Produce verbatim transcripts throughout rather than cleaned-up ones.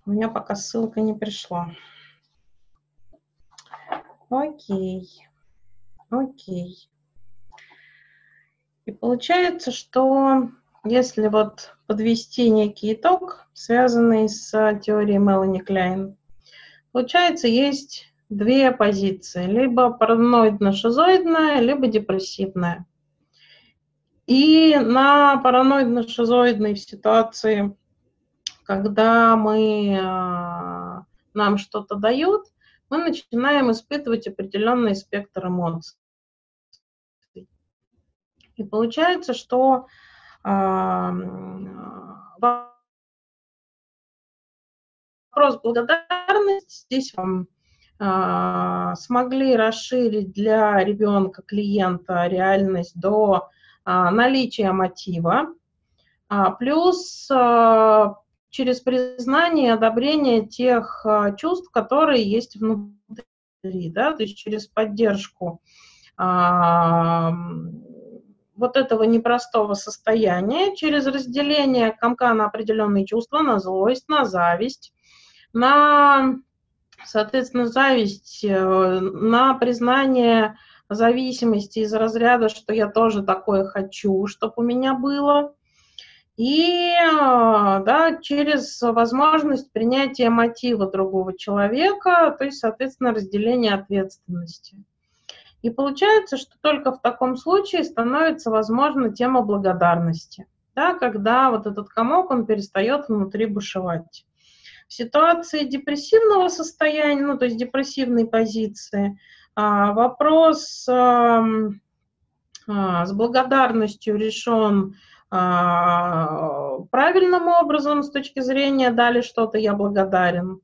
У меня пока ссылка не пришла. Окей. Окей. И получается, что если вот подвести некий итог, связанный с теорией Мелани Кляйн, получается, есть две позиции. Либо параноидно-шизоидная, либо депрессивная. И на параноидно-шизоидной ситуации, когда мы, нам что-то дают, мы начинаем испытывать определенный спектр эмоций. И получается, что э, вопрос благодарности здесь вам э, смогли расширить для ребенка, клиента реальность до э, наличия мотива, а, плюс э, через признание и одобрение тех э, чувств, которые есть внутри, да, то есть через поддержку э, вот этого непростого состояния, через разделение комка на определенные чувства, на злость, на зависть, на, соответственно, зависть, на признание зависимости из разряда, что я тоже такое хочу, чтобы у меня было, и да, через возможность принятия мотива другого человека, то есть, соответственно, разделение ответственности. И получается, что только в таком случае становится возможна тема благодарности, да, когда вот этот комок, он перестает внутри бушевать. В ситуации депрессивного состояния, ну, то есть депрессивной позиции, вопрос с благодарностью решен правильным образом с точки зрения «дали что-то, я благодарен».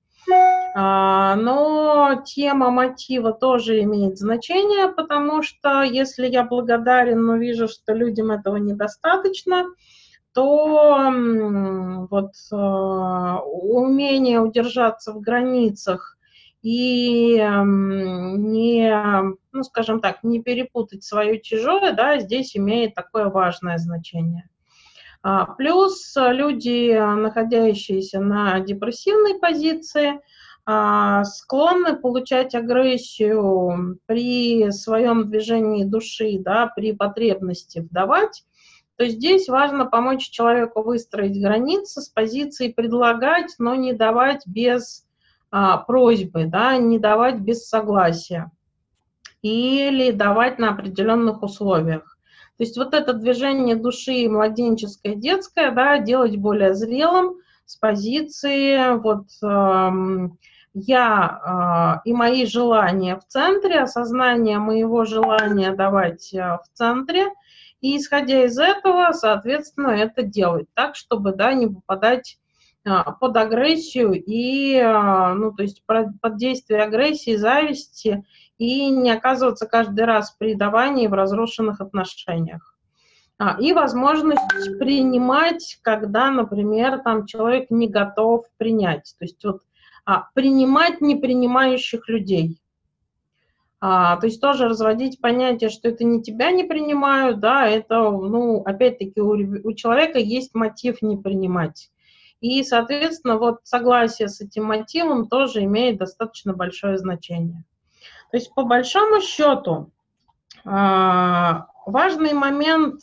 Но тема мотива тоже имеет значение, потому что если я благодарен, но вижу, что людям этого недостаточно, то вот умение удержаться в границах и не, ну, скажем так, не перепутать свое чужое, да, здесь имеет такое важное значение. Плюс люди, находящиеся на депрессивной позиции, склонны получать агрессию при своем движении души, да, при потребности вдавать. То есть здесь важно помочь человеку выстроить границы с позиции предлагать, но не давать без а, просьбы, да, не давать без согласия или давать на определенных условиях. То есть вот это движение души младенческое, детское, да, делать более зрелым с позиции вот эм, я э, и мои желания в центре, осознание моего желания давать э, в центре, и исходя из этого, соответственно, это делать так, чтобы, да, не попадать э, под агрессию и, э, ну, то есть под действие агрессии, зависти, и не оказываться каждый раз в предавании в разрушенных отношениях. А, и возможность принимать, когда, например, там человек не готов принять. То есть вот а, принимать непринимающих людей. А, то есть тоже разводить понятие, что это не тебя не принимают, да, это, ну, опять-таки у, у человека есть мотив не принимать. И, соответственно, вот согласие с этим мотивом тоже имеет достаточно большое значение. То есть, по большому счету, важный момент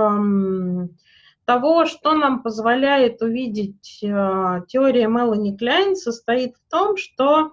того, что нам позволяет увидеть теория Мелани Кляйн, состоит в том, что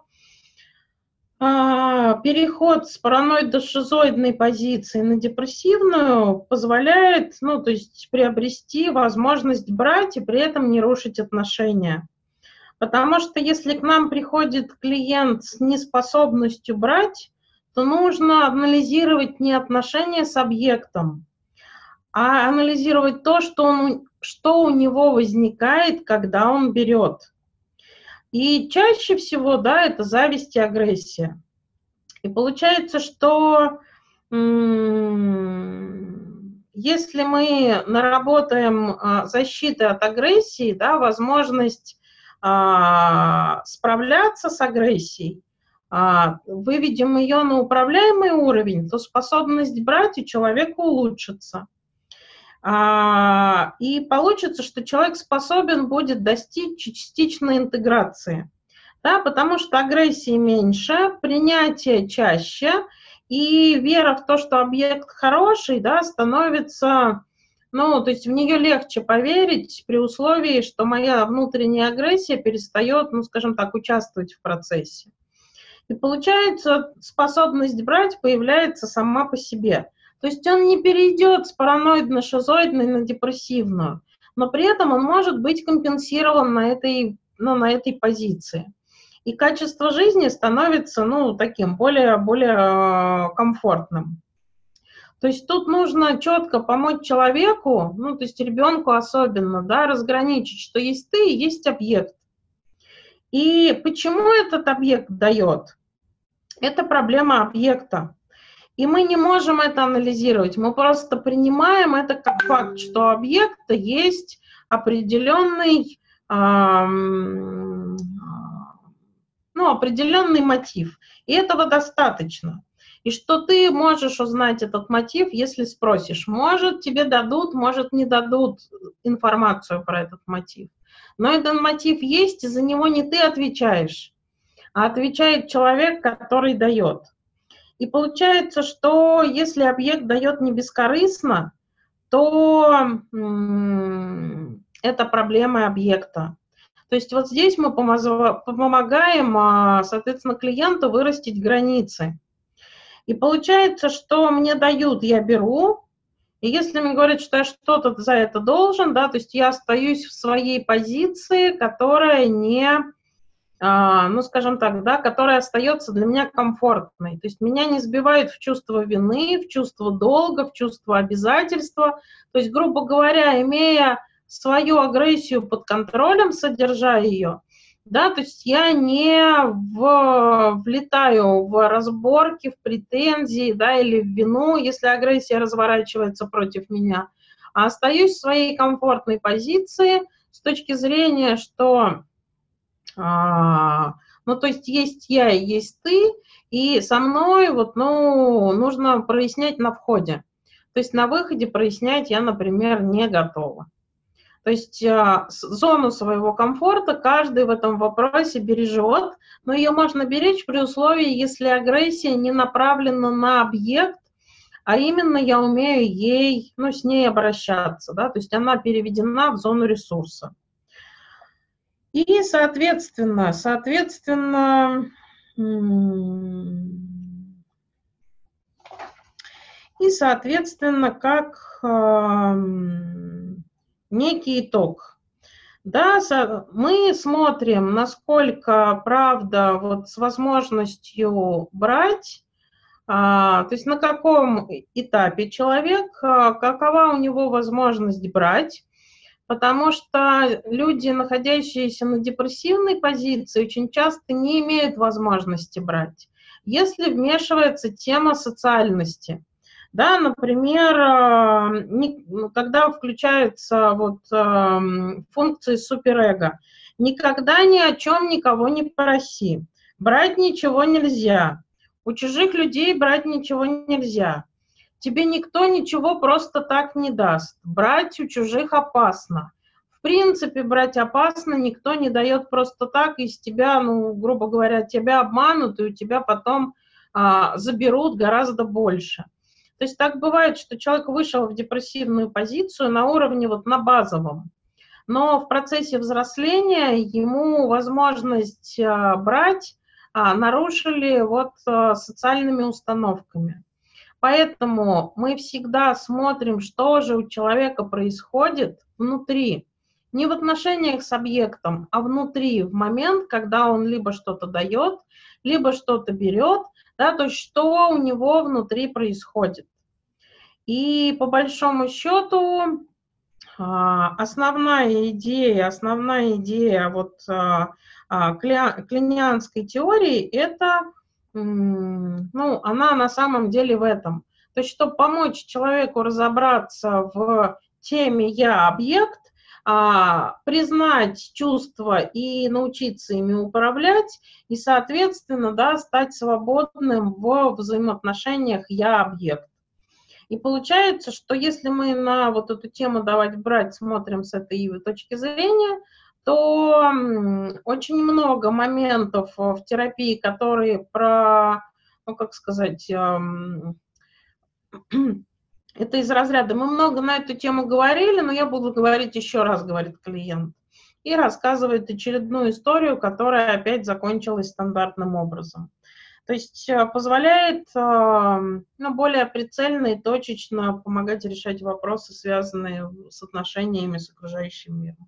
переход с параноидо-шизоидной позиции на депрессивную позволяет, ну, то есть приобрести возможность брать и при этом не рушить отношения. Потому что если к нам приходит клиент с неспособностью брать, то нужно анализировать не отношения с объектом, а анализировать то, что, он, что у него возникает, когда он берет. И чаще всего, да, это зависть и агрессия. И получается, что если мы наработаем защиту от агрессии, да, возможность справляться с агрессией, выведем ее на управляемый уровень, то способность брать у человека улучшится. А, и получится, что человек способен будет достичь частичной интеграции, да, потому что агрессии меньше, принятие чаще, и вера в то, что объект хороший, да, становится, ну, то есть в нее легче поверить при условии, что моя внутренняя агрессия перестает, ну, скажем так, участвовать в процессе. И получается, способность брать появляется сама по себе. То есть он не перейдет с параноидно-шизоидной на депрессивную, но при этом он может быть компенсирован на этой, ну, на этой позиции. И качество жизни становится, ну, таким, более, более комфортным. То есть тут нужно четко помочь человеку, ну, то есть ребенку особенно, да, разграничить, что есть ты и есть объект. И почему этот объект дает? Это проблема объекта. И мы не можем это анализировать, мы просто принимаем это как факт, что у объекта есть определенный, эм, ну, определенный мотив. И этого достаточно. И что ты можешь узнать этот мотив, если спросишь. Может, тебе дадут, может, не дадут информацию про этот мотив. Но этот мотив есть, и за него не ты отвечаешь, а отвечает человек, который дает. И получается, что если объект дает не бескорыстно, то м- это проблема объекта. То есть вот здесь мы помогаем, соответственно, клиенту вырастить границы. И получается, что мне дают, я беру, и если мне говорят, что я что-то за это должен, да, то есть я остаюсь в своей позиции, которая не... ну, скажем так, да, которая остается для меня комфортной. То есть меня не сбивают в чувство вины, в чувство долга, в чувство обязательства. То есть, грубо говоря, имея свою агрессию под контролем, содержа ее, да, то есть я не в, влетаю в разборки, в претензии, да, или в вину, если агрессия разворачивается против меня, а остаюсь в своей комфортной позиции с точки зрения, что... А, ну, то есть есть я и есть ты, и со мной вот, ну, нужно прояснять на входе. То есть на выходе прояснять я, например, не готова. То есть а, зону своего комфорта каждый в этом вопросе бережет, но ее можно беречь при условии, если агрессия не направлена на объект, а именно я умею ей, ну, с ней обращаться, да, то есть она переведена в зону ресурса. И, соответственно, соответственно, и, соответственно, как э, некий итог. Да, мы смотрим, насколько, правда, вот с возможностью брать, а, то есть на каком этапе человек, а, какова у него возможность брать. Потому что люди, находящиеся на депрессивной позиции, очень часто не имеют возможности брать. Если вмешивается тема социальности, да, например, когда включаются вот функции суперэго, никогда ни о чем никого не проси, брать ничего нельзя, у чужих людей брать ничего нельзя. Тебе никто ничего просто так не даст. Брать у чужих опасно. В принципе, брать опасно, никто не дает просто так, из тебя, ну, грубо говоря, тебя обманут, и у тебя потом а, заберут гораздо больше. То есть так бывает, что человек вышел в депрессивную позицию на уровне, вот на базовом, но в процессе взросления ему возможность а, брать а, нарушили вот а, социальными установками. Поэтому мы всегда смотрим, что же у человека происходит внутри. Не в отношениях с объектом, а внутри, в момент, когда он либо что-то дает, либо что-то берет, да, то есть что у него внутри происходит. И по большому счету основная идея, основная идея вот клинианской теории – это, ну, она на самом деле в этом. То есть, чтобы помочь человеку разобраться в теме «я-объект», признать чувства и научиться ими управлять, и, соответственно, да, стать свободным в взаимоотношениях «я-объект». И получается, что если мы на вот эту тему давать брать, смотрим с этой точки зрения, то очень много моментов в терапии, которые про, ну как сказать, это из разряда, мы много на эту тему говорили, но я буду говорить еще раз, говорит клиент. И рассказывает очередную историю, которая опять закончилась стандартным образом. То есть позволяет ну, более прицельно и точечно помогать решать вопросы, связанные с отношениями с окружающим миром.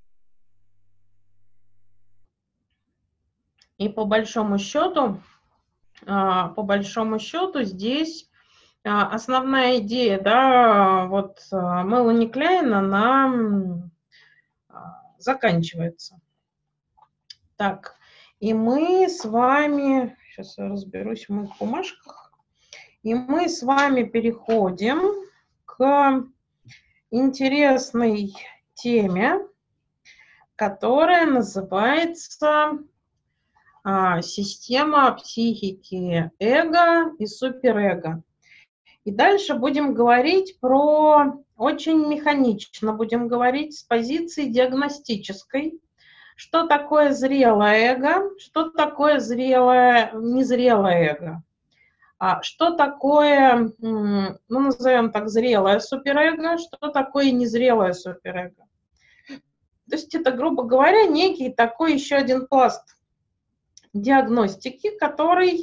И по большому счету, по большому счету здесь основная идея, да, вот Мелани Кляйн, она заканчивается. Так, и мы с вами, сейчас я разберусь в моих бумажках, и мы с вами переходим к интересной теме, которая называется а, система психики эго и суперэго. И дальше будем говорить про, очень механично будем говорить с позиции диагностической, что такое зрелое эго, что такое зрелое, незрелое эго. А что такое, ну, назовем так, зрелое суперэго, что такое незрелое суперэго. То есть это, грубо говоря, некий такой еще один пласт диагностики, который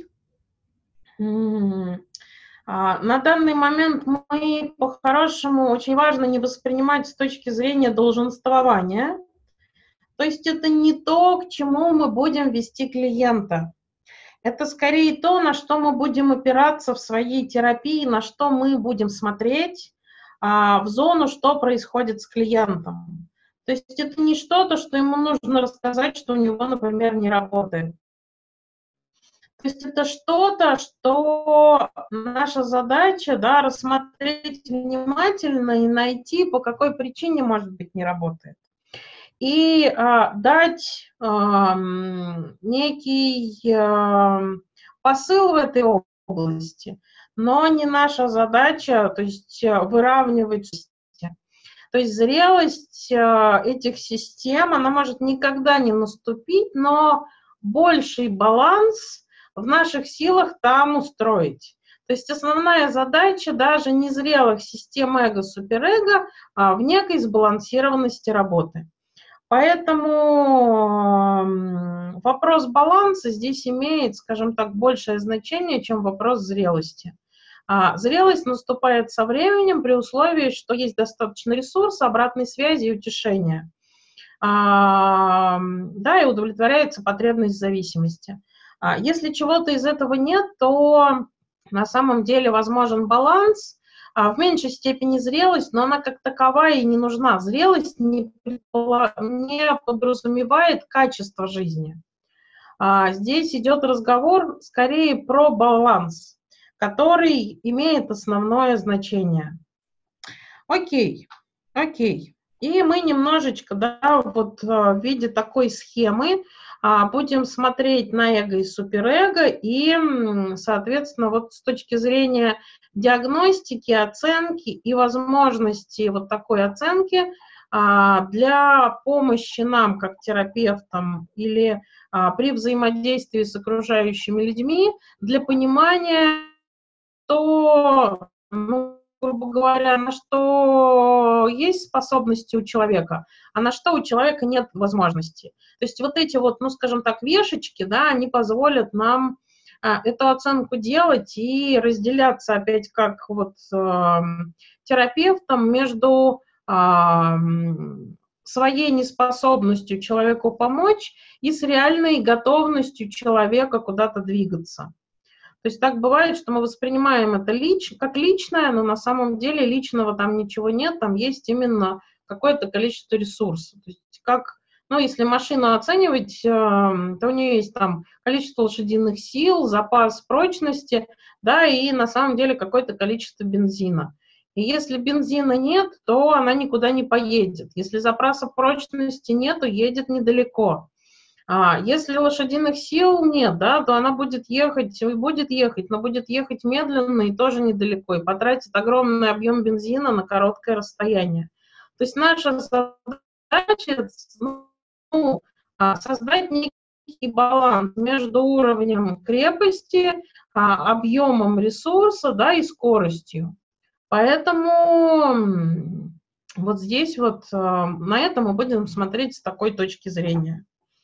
на данный момент мы по-хорошему очень важно не воспринимать с точки зрения долженствования. То есть это не то, к чему мы будем вести клиента. Это скорее то, на что мы будем опираться в своей терапии, на что мы будем смотреть а, в зону, что происходит с клиентом. То есть это не что-то, что ему нужно рассказать, что у него, например, не работает. То есть это что-то, что наша задача, да, рассмотреть внимательно и найти, по какой причине, может быть, не работает. И э, дать э, некий э, посыл в этой области, но не наша задача, то есть выравнивать. То есть зрелость э, этих систем, она может никогда не наступить, но больший баланс в наших силах там устроить. То есть основная задача даже незрелых систем эго-суперэго а, в некой сбалансированности работы. Поэтому вопрос баланса здесь имеет, скажем так, большее значение, чем вопрос зрелости. А зрелость наступает со временем при условии, что есть достаточно ресурса, обратной связи и утешения. А, да, и удовлетворяется потребность зависимости. А если чего-то из этого нет, то на самом деле возможен баланс, в меньшей степени зрелость, но она как таковая и не нужна. Зрелость не, не подразумевает качество жизни. А здесь идет разговор скорее про баланс, который имеет основное значение. Окей, окей. И мы немножечко, да, вот в виде такой схемы будем смотреть на эго и суперэго, и, соответственно, вот с точки зрения диагностики, оценки и возможности вот такой оценки для помощи нам, как терапевтам, или при взаимодействии с окружающими людьми, для понимания, что, ну, грубо говоря, на что есть способности у человека, а на что у человека нет возможности. То есть вот эти вот, ну, скажем так, вешечки, да, они позволят нам а, эту оценку делать и разделяться опять как вот э, терапевтом между э, своей неспособностью человеку помочь и с реальной готовностью человека куда-то двигаться. То есть так бывает, что мы воспринимаем это лич, как личное, но на самом деле личного там ничего нет, там есть именно какое-то количество ресурсов. То есть как, ну, если машину оценивать, то у нее есть там количество лошадиных сил, запас прочности, да, и на самом деле какое-то количество бензина. И если бензина нет, то она никуда не поедет. Если запаса прочности нет, то едет недалеко. А если лошадиных сил нет, да, то она будет ехать, и будет ехать, но будет ехать медленно и тоже недалеко, и потратит огромный объем бензина на короткое расстояние. То есть наша задача, ну, создать некий баланс между уровнем крепости, объемом ресурса, да, и скоростью. Поэтому вот здесь вот на это мы будем смотреть с такой точки зрения.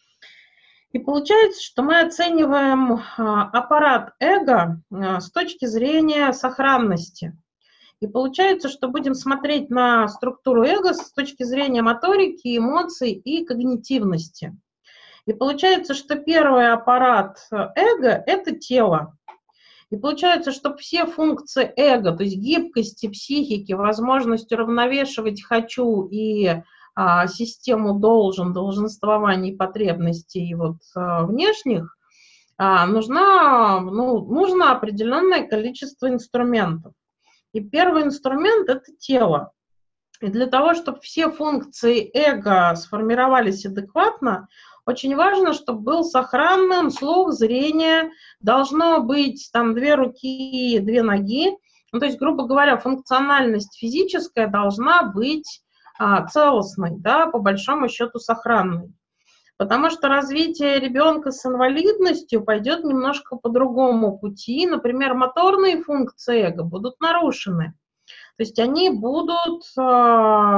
И получается, что мы оцениваем аппарат эго с точки зрения сохранности. И получается, что будем смотреть на структуру эго с точки зрения моторики, эмоций и когнитивности. И получается, что первый аппарат эго – это тело. И получается, что все функции эго, то есть гибкости психики, возможность уравновешивать «хочу» и а, систему должен, долженствований, потребностей и вот а, внешних, а, нужна, ну, нужно определенное количество инструментов. И первый инструмент – это тело. И для того, чтобы все функции эго сформировались адекватно, очень важно, чтобы был сохранным слух, зрение, должно быть там две руки, две ноги. Ну, то есть, грубо говоря, функциональность физическая должна быть а, целостной, да, по большому счету сохранной. Потому что развитие ребенка с инвалидностью пойдет немножко по другому пути. Например, моторные функции эго будут нарушены. То есть они будут э,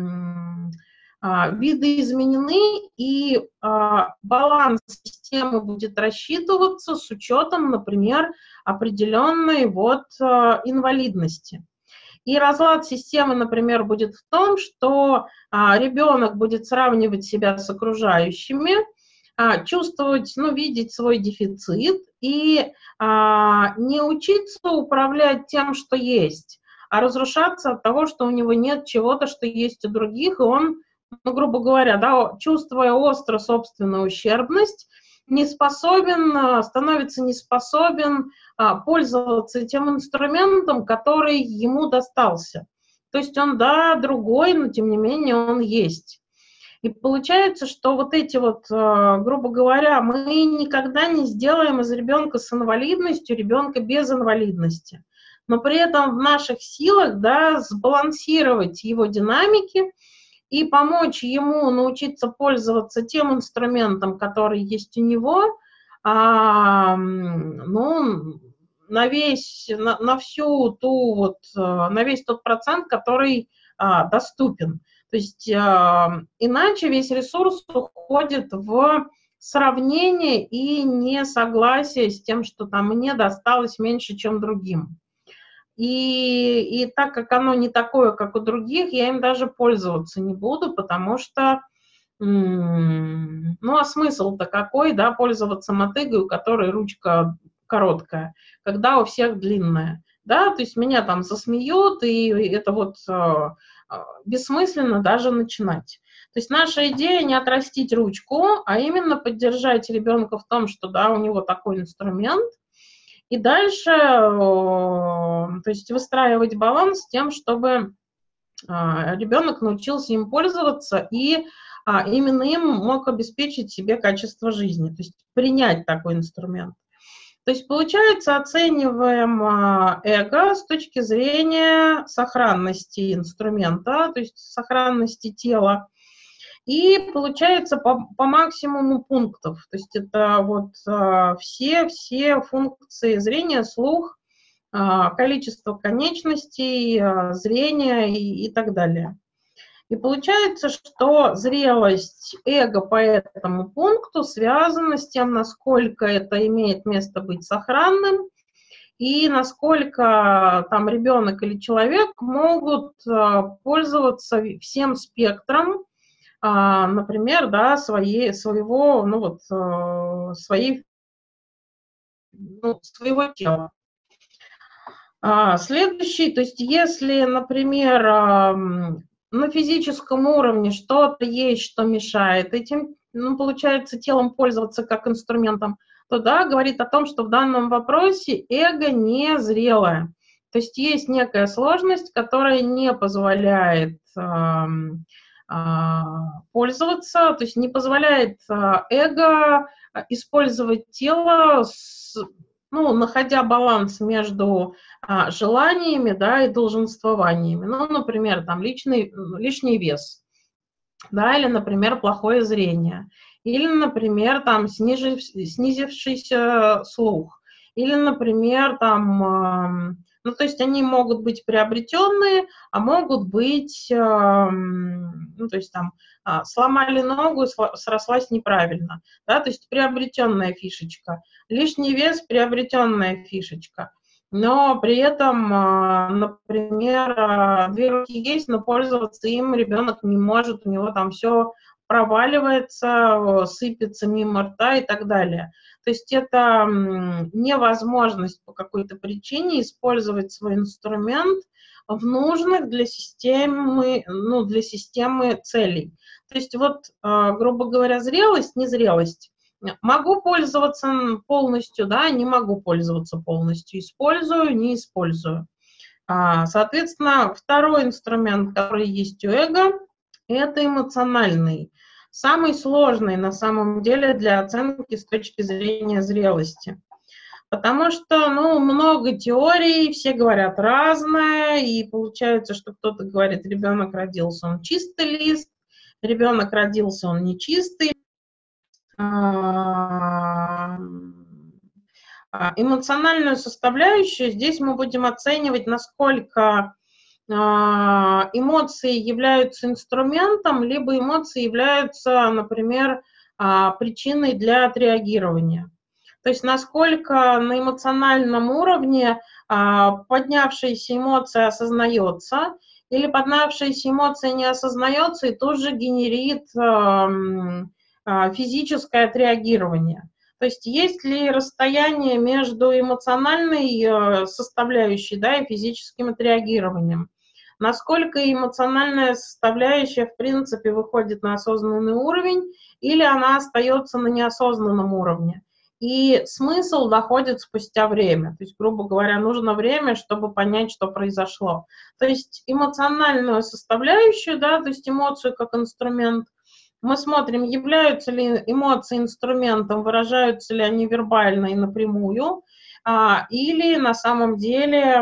э, видоизменены, и э, баланс системы будет рассчитываться с учетом, например, определенной вот, э, инвалидности. И разлад системы, например, будет в том, что а, ребенок будет сравнивать себя с окружающими, а, чувствовать, ну, видеть свой дефицит и а, не учиться управлять тем, что есть, а разрушаться от того, что у него нет чего-то, что есть у других, и он, ну, грубо говоря, да, чувствуя остро собственную ущербность, не способен, становится не способен а, пользоваться тем инструментом, который ему достался. То есть он, да, другой, но тем не менее он есть. И получается, что вот эти вот, а, грубо говоря, мы никогда не сделаем из ребенка с инвалидностью ребенка без инвалидности. Но при этом в наших силах, да, сбалансировать его динамики и помочь ему научиться пользоваться тем инструментом, который есть у него, а, ну, на весь, на, на всю ту вот, на весь тот процент, который а, доступен. То есть а, иначе весь ресурс уходит в сравнение и несогласие с тем, что там мне досталось меньше, чем другим. И, и так как оно не такое, как у других, я им даже пользоваться не буду, потому что, ну, а смысл-то какой, да, пользоваться мотыгой, у которой ручка короткая, когда у всех длинная, да, то есть меня там засмеют, и это вот бессмысленно даже начинать. То есть наша идея не отрастить ручку, а именно поддержать ребенка в том, что, да, у него такой инструмент, и дальше, то есть выстраивать баланс с тем, чтобы ребенок научился им пользоваться и именно им мог обеспечить себе качество жизни, то есть принять такой инструмент. То есть, получается, оцениваем эго с точки зрения сохранности инструмента, то есть сохранности тела. И получается по, по максимуму пунктов. То есть это вот а, все, все функции зрения, слух, а, количество конечностей, а, зрения и, и так далее. И получается, что зрелость эго по этому пункту связана с тем, насколько это имеет место быть сохранным, и насколько там ребенок или человек могут а, пользоваться всем спектром, например, да, своей, своего, ну вот, своей, ну, своего тела. Следующий, то есть если, например, на физическом уровне что-то есть, что мешает этим, ну, получается, телом пользоваться как инструментом, то, да, говорит о том, что в данном вопросе эго не зрелое. То есть есть некая сложность, которая не позволяет пользоваться, то есть не позволяет эго использовать тело, с, ну, находя баланс между а, желаниями, да, и долженствованиями. Ну, например, там личный, лишний вес, да, или, например, плохое зрение, или, например, там снижив, снизившийся слух, или, например, там, э, ну, то есть они могут быть приобретенные, а могут быть, э, ну, то есть там э, сломали ногу, срослась неправильно, да, то есть приобретенная фишечка, лишний вес, приобретенная фишечка. Но при этом, например, две руки есть, но пользоваться им ребенок не может, у него там все проваливается, сыпется мимо рта и так далее. То есть это невозможность по какой-то причине использовать свой инструмент в нужных для системы, ну, для системы целей. То есть вот, грубо говоря, зрелость, незрелость. Могу пользоваться полностью, да, не могу пользоваться полностью. Использую, не использую. Соответственно, второй инструмент, который есть у эго, это эмоциональный. Самый сложный на самом деле для оценки с точки зрения зрелости. Потому что, ну, много теорий, все говорят разное, и получается, что кто-то говорит, ребенок родился, он чистый лист, ребенок родился, он нечистый. Эмоциональную составляющую здесь мы будем оценивать, насколько эмоции являются инструментом, либо эмоции являются, например, причиной для отреагирования. То есть насколько на эмоциональном уровне поднявшаяся эмоция осознается, или поднявшаяся эмоция не осознается и тут же генерит физическое отреагирование. То есть есть ли расстояние между эмоциональной составляющей, да, и физическим отреагированием? Насколько эмоциональная составляющая, в принципе, выходит на осознанный уровень, или она остается на неосознанном уровне? И смысл доходит спустя время. То есть, грубо говоря, нужно время, чтобы понять, что произошло. То есть эмоциональную составляющую, да, то есть эмоцию как инструмент, мы смотрим, являются ли эмоции инструментом, выражаются ли они вербально и напрямую, а, или на самом деле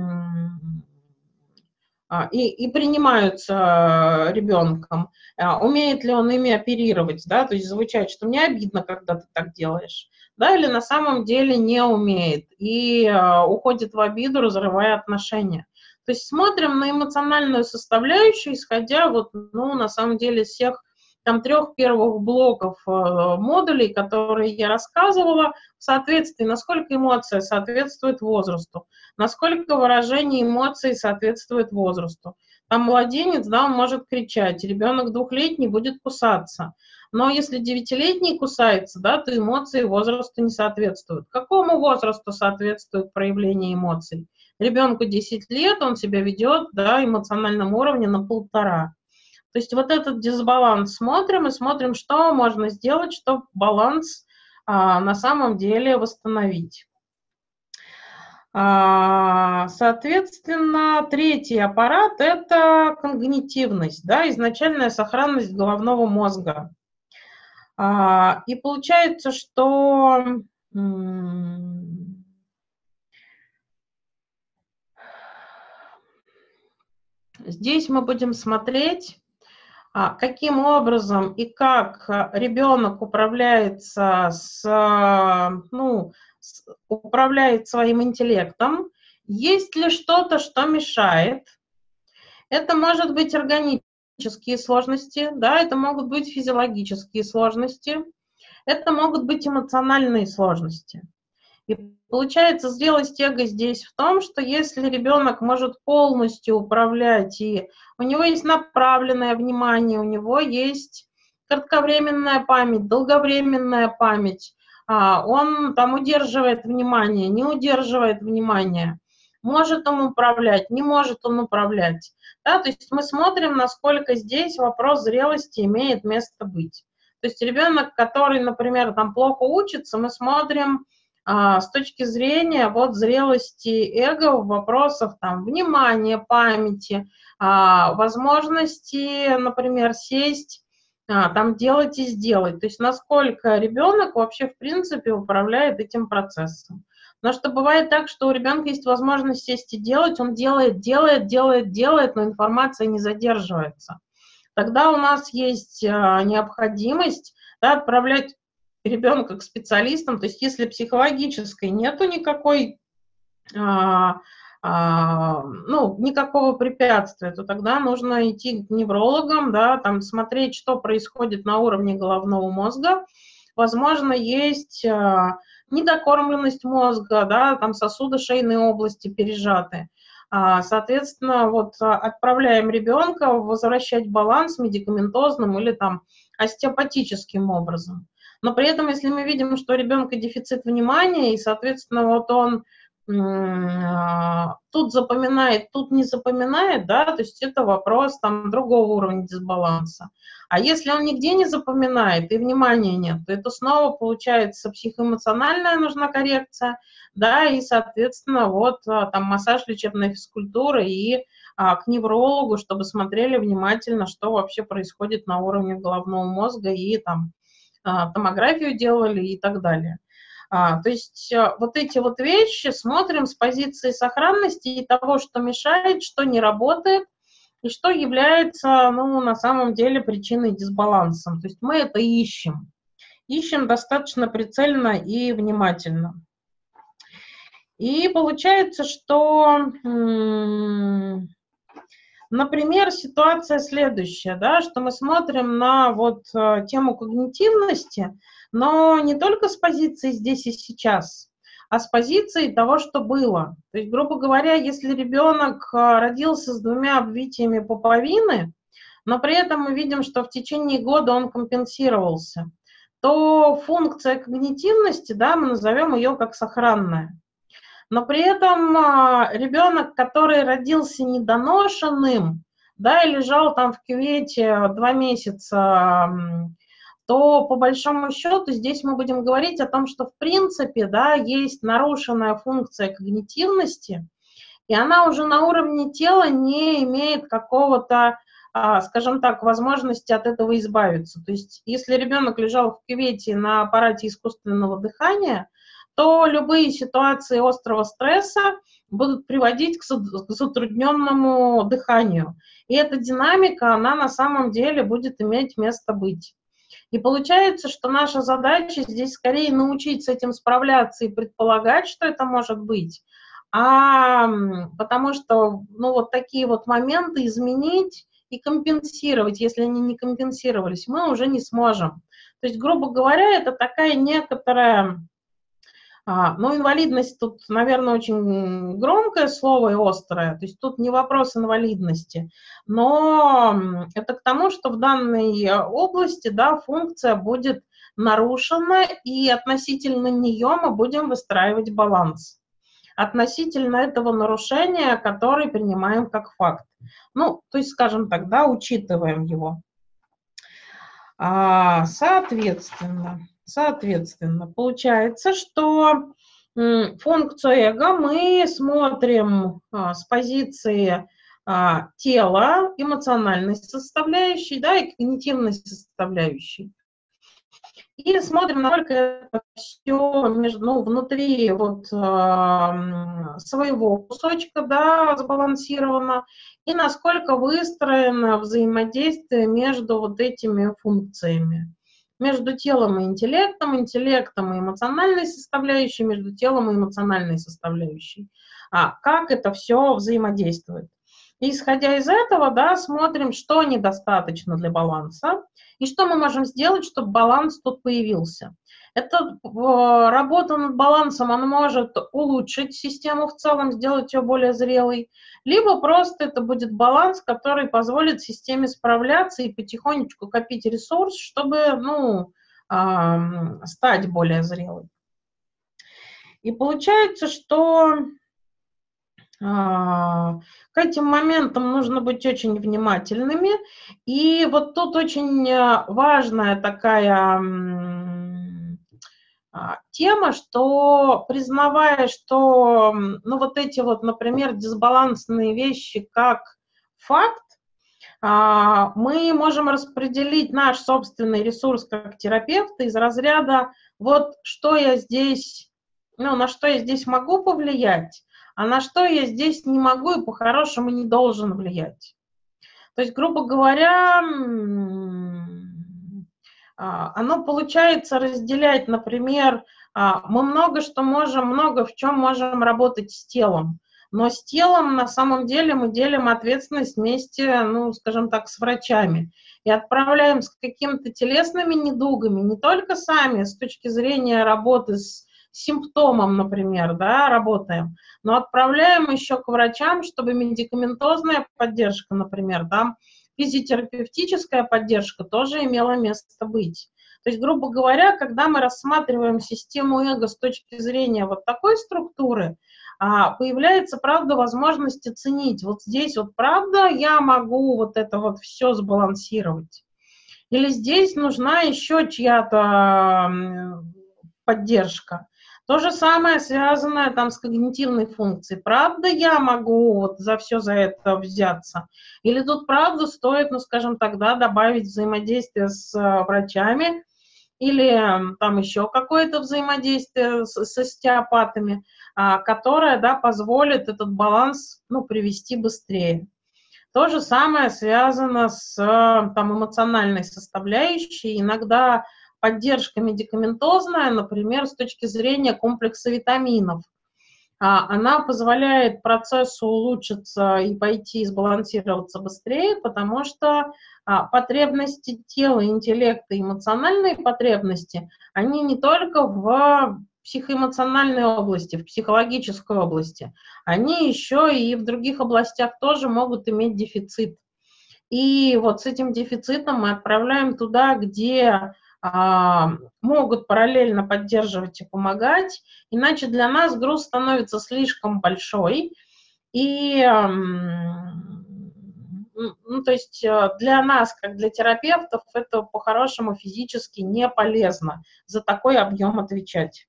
а, и, и принимаются ребенком. А, умеет ли он ими оперировать, да, то есть звучать, что мне обидно, когда ты так делаешь, да, или на самом деле не умеет и а, уходит в обиду, разрывая отношения. То есть смотрим на эмоциональную составляющую, исходя вот, ну, на самом деле, из всех там трех первых блоков э, модулей, которые я рассказывала, в соответствии, насколько эмоция соответствует возрасту, насколько выражение эмоций соответствует возрасту. Там младенец, да, он может кричать, ребенок двухлетний будет кусаться. Но если девятилетний кусается, да, то эмоции возрасту не соответствуют. Какому возрасту соответствует проявление эмоций? Ребенку десять лет, он себя ведет, да, эмоциональном уровне на полтора. То есть вот этот дисбаланс смотрим и смотрим, что можно сделать, чтобы баланс а, на самом деле восстановить. А, соответственно, третий аппарат – это когнитивность, да, изначальная сохранность головного мозга. А, и получается, что здесь мы будем смотреть, каким образом и как ребенок управляется с, ну, с, управляет своим интеллектом, есть ли что-то, что мешает. Это может быть органические сложности, да, это могут быть физиологические сложности, это могут быть эмоциональные сложности. И получается, зрелость эго здесь в том, что если ребенок может полностью управлять, и у него есть направленное внимание, у него есть кратковременная память, долговременная память, он там удерживает внимание, не удерживает внимание, может он управлять, не может он управлять. Да? То есть мы смотрим, насколько здесь вопрос зрелости имеет место быть. То есть ребенок, который, например, там плохо учится, мы смотрим, а, с точки зрения вот зрелости эго в вопросах там внимания, памяти, а, возможности, например, сесть, а, там делать и сделать. То есть насколько ребенок вообще в принципе управляет этим процессом. Потому что бывает так, что у ребенка есть возможность сесть и делать, он делает, делает, делает, делает, но информация не задерживается. Тогда у нас есть а, необходимость, да, отправлять ребенка к специалистам, то есть если психологической нету никакой, а, а, ну, никакого препятствия, то тогда нужно идти к неврологам, да, там смотреть, что происходит на уровне головного мозга. Возможно, есть а, недокормленность мозга, да, там сосуды шейной области пережаты. А, соответственно, вот отправляем ребенка возвращать баланс медикаментозным или там остеопатическим образом. Но при этом, если мы видим, что у ребенка дефицит внимания, и, соответственно, вот он тут запоминает, тут не запоминает, да, то есть это вопрос там другого уровня дисбаланса. А если он нигде не запоминает и внимания нет, то это снова получается психоэмоциональная нужна коррекция, да, и, соответственно, вот там массаж, лечебная физкультура и а, к неврологу, чтобы смотрели внимательно, что вообще происходит на уровне головного мозга, и там а, томографию делали и так далее. А, то есть вот эти вот вещи смотрим с позиции сохранности и того, что мешает, что не работает, и что является, ну, на самом деле причиной дисбаланса. То есть мы это ищем. Ищем достаточно прицельно и внимательно. И получается, что, например, ситуация следующая, да, что мы смотрим на вот тему когнитивности, но не только с позиции здесь и сейчас, а с позиции того, что было. То есть, грубо говоря, если ребенок родился с двумя обвитиями пуповины, но при этом мы видим, что в течение года он компенсировался, то функция когнитивности, да, мы назовем ее как сохранная. Но при этом ребенок, который родился недоношенным, да, и лежал там в кювете два месяца, то по большому счету здесь мы будем говорить о том, что в принципе, да, есть нарушенная функция когнитивности, и она уже на уровне тела не имеет какого-то, скажем так, возможности от этого избавиться. То есть если ребенок лежал в кювете на аппарате искусственного дыхания, то любые ситуации острого стресса будут приводить к затрудненному дыханию. И эта динамика, она на самом деле будет иметь место быть. И получается, что наша задача здесь скорее научить с этим справляться и предполагать, что это может быть, а потому что, ну, вот такие вот моменты изменить и компенсировать, если они не компенсировались, мы уже не сможем. То есть, грубо говоря, это такая некоторая... А, ну, инвалидность тут, наверное, очень громкое слово и острое, то есть тут не вопрос инвалидности, но это к тому, что в данной области, да, функция будет нарушена, и относительно нее мы будем выстраивать баланс. Относительно этого нарушения, который принимаем как факт. Ну, то есть, скажем так, да, учитываем его. А, соответственно... Соответственно, получается, что функцию эго мы смотрим а, с позиции а, тела, эмоциональной составляющей, да, и когнитивной составляющей. И смотрим, насколько это все между, ну, внутри вот, а, своего кусочка, да, сбалансировано, и насколько выстроено взаимодействие между вот этими функциями. Между телом и интеллектом, интеллектом и эмоциональной составляющей, между телом и эмоциональной составляющей. А как это все взаимодействует. И исходя из этого, да, смотрим, что недостаточно для баланса и что мы можем сделать, чтобы баланс тут появился. Эта работа над балансом, она может улучшить систему в целом, сделать ее более зрелой, либо просто это будет баланс, который позволит системе справляться и потихонечку копить ресурс, чтобы, ну, э, стать более зрелой. И получается, что э, к этим моментам нужно быть очень внимательными. И вот тут очень важная такая тема, что признавая, что, ну, вот эти вот, например, дисбалансные вещи как факт, мы можем распределить наш собственный ресурс как терапевта из разряда вот что я здесь, ну, на что я здесь могу повлиять, а на что я здесь не могу и по-хорошему не должен влиять. То есть, грубо говоря, оно получается разделять, например, мы много что можем, много в чем можем работать с телом, но с телом на самом деле мы делим ответственность вместе, ну, скажем так, с врачами и отправляем с какими-то телесными недугами, не только сами с точки зрения работы с симптомом, например, да, работаем, но отправляем еще к врачам, чтобы медикаментозная поддержка, например, да, физиотерапевтическая поддержка тоже имела место быть. То есть, грубо говоря, когда мы рассматриваем систему эго с точки зрения вот такой структуры, появляется, правда, возможность оценить. Вот здесь вот, правда, я могу вот это вот все сбалансировать. Или здесь нужна еще чья-то поддержка. То же самое связанное там с когнитивной функцией. Правда, я могу вот за все за это взяться? Или тут, правда, стоит, ну, скажем, тогда добавить взаимодействие с врачами или там еще какое-то взаимодействие с, с остеопатами, а, которое, да, позволит этот баланс, ну, привести быстрее. То же самое связано с там, эмоциональной составляющей. Иногда поддержка медикаментозная, например, с точки зрения комплекса витаминов, она позволяет процессу улучшиться и пойти и сбалансироваться быстрее, потому что потребности тела, интеллекта, эмоциональные потребности, они не только в психоэмоциональной области, в психологической области, они еще и в других областях тоже могут иметь дефицит. И вот с этим дефицитом мы отправляем туда, где могут параллельно поддерживать и помогать, иначе для нас груз становится слишком большой, и, ну, то есть для нас, как для терапевтов, это по-хорошему физически не полезно за такой объем отвечать.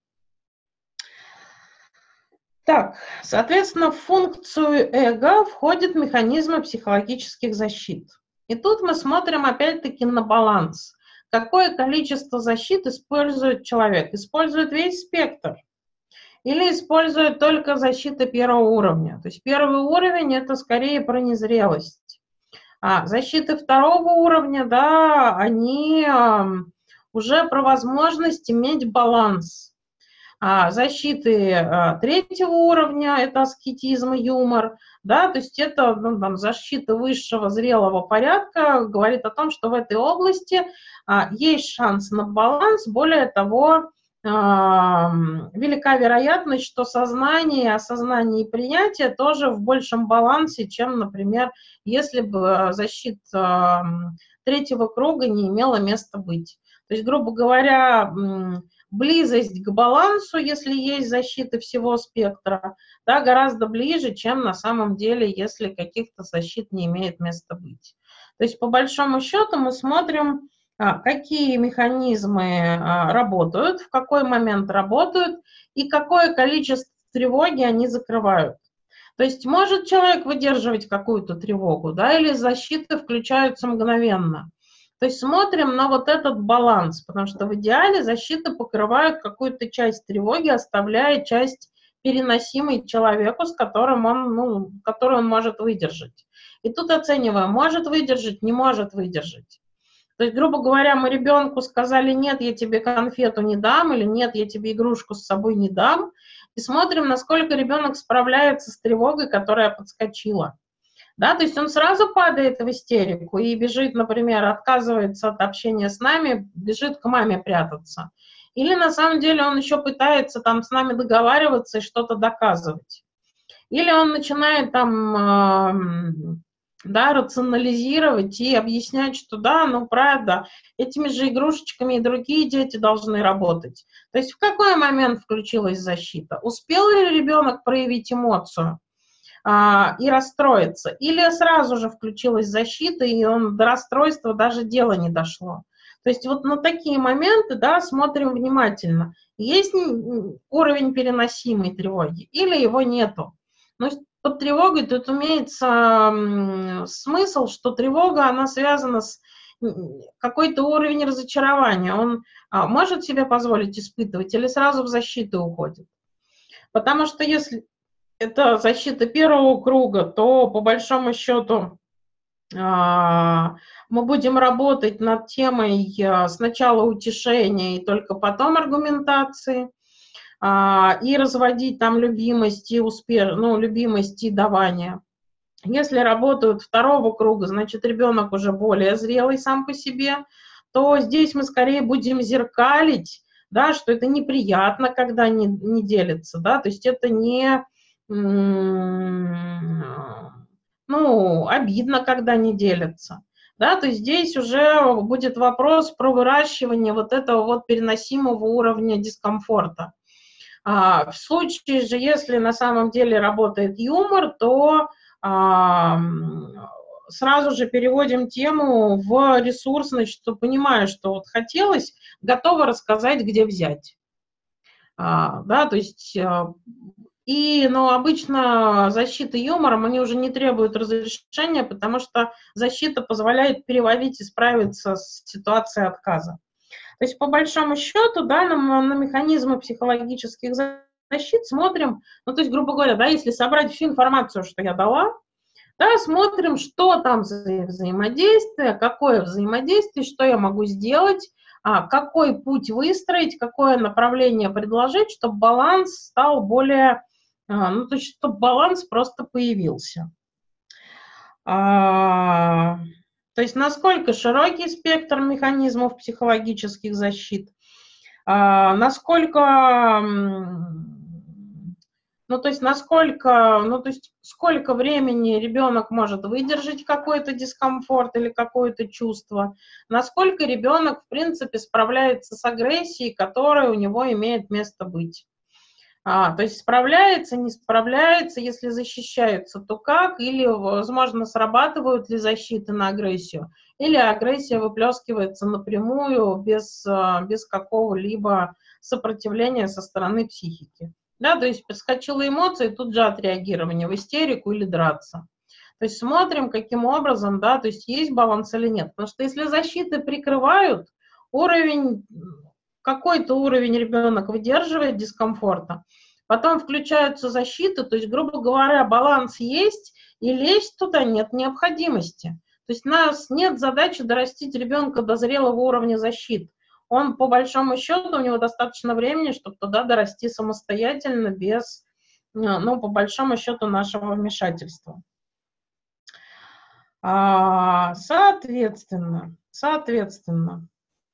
Так, соответственно, в функцию эго входят механизмы психологических защит. И тут мы смотрим опять-таки на баланс. Какое количество защит использует человек? Использует весь спектр? Или использует только защиты первого уровня? То есть первый уровень – это скорее про незрелость. А защиты второго уровня, да, они уже про возможность иметь баланс. А защиты а, третьего уровня – это аскетизм и юмор. Да, то есть это, ну, там, защита высшего зрелого порядка говорит о том, что в этой области а, есть шанс на баланс. Более того, а, велика вероятность, что сознание, осознание и принятие тоже в большем балансе, чем, например, если бы защита а, третьего круга не имела места быть. То есть, грубо говоря, близость к балансу, если есть защита всего спектра, да, гораздо ближе, чем на самом деле, если каких-то защит не имеет места быть. То есть, по большому счету, мы смотрим, какие механизмы работают, в какой момент работают и какое количество тревоги они закрывают. То есть, может человек выдерживать какую-то тревогу, да, или защиты включаются мгновенно. То есть смотрим на вот этот баланс, потому что в идеале защиты покрывают какую-то часть тревоги, оставляя часть переносимой человеку, с которым он, ну, которую он может выдержать. И тут оцениваем, может выдержать, не может выдержать. То есть, грубо говоря, мы ребенку сказали, нет, я тебе конфету не дам, или нет, я тебе игрушку с собой не дам, и смотрим, насколько ребенок справляется с тревогой, которая подскочила. Да, то есть он сразу падает в истерику и бежит, например, отказывается от общения с нами, бежит к маме прятаться. Или на самом деле он еще пытается там с нами договариваться и что-то доказывать. Или он начинает там, э, да, рационализировать и объяснять, что да, ну правда, этими же игрушечками и другие дети должны работать. То есть в какой момент включилась защита? Успел ли ребенок проявить эмоцию и расстроиться, или сразу же включилась защита, и он до расстройства даже дело не дошло. То есть вот на такие моменты, да, смотрим внимательно. Есть уровень переносимой тревоги или его нету. Но под тревогой тут имеется смысл, что тревога, она связана с какой-то уровень разочарования. Он а, может себе позволить испытывать или сразу в защиту уходит. Потому что если это защита первого круга, то по большому счету а, мы будем работать над темой а, сначала утешения и только потом аргументации. И разводить там любимости, успех, ну, любимости и давания. Если работают второго круга, значит, ребенок уже более зрелый сам по себе, то здесь мы скорее будем зеркалить, да, что это неприятно, когда не, не делится, да, то есть это не, ну, обидно, когда не делятся. Да, то есть здесь уже будет вопрос про выращивание вот этого вот переносимого уровня дискомфорта. А, в случае же, если на самом деле работает юмор, то а, сразу же переводим тему в ресурсность, что понимаю, что вот хотелось, готова рассказать, где взять. А, да, то есть, и, но обычно защита юмором, они уже не требуют разрешения, потому что защита позволяет переводить и справиться с ситуацией отказа. То есть, по большому счету, да, на, на механизмы психологических защит смотрим, ну, то есть, грубо говоря, да, если собрать всю информацию, что я дала, да, смотрим, что там за взаимодействие, какое взаимодействие, что я могу сделать, а, какой путь выстроить, какое направление предложить, чтобы баланс стал более, а, ну, то есть, чтобы баланс просто появился. А, То есть насколько широкий спектр механизмов психологических защит, а, насколько, ну то есть насколько, ну то есть сколько времени ребенок может выдержать какой-то дискомфорт или какое-то чувство, насколько ребенок в принципе справляется с агрессией, которая у него имеет место быть. А, то есть справляется, не справляется, если защищаются, то как, или, возможно, срабатывают ли защиты на агрессию, или агрессия выплескивается напрямую, без, без какого-либо сопротивления со стороны психики. Да, то есть подскочила эмоция, и тут же отреагирование в истерику или драться. То есть смотрим, каким образом, да, то есть есть баланс или нет. Потому что если защиты прикрывают, уровень... какой-то уровень ребенок выдерживает дискомфорта, потом включаются защиты, то есть, грубо говоря, баланс есть, и лезть туда нет необходимости. То есть у нас нет задачи дорастить ребенка до зрелого уровня защит. Он, по большому счету, у него достаточно времени, чтобы туда дорасти самостоятельно, без, ну, по большому счету, нашего вмешательства. Соответственно, соответственно,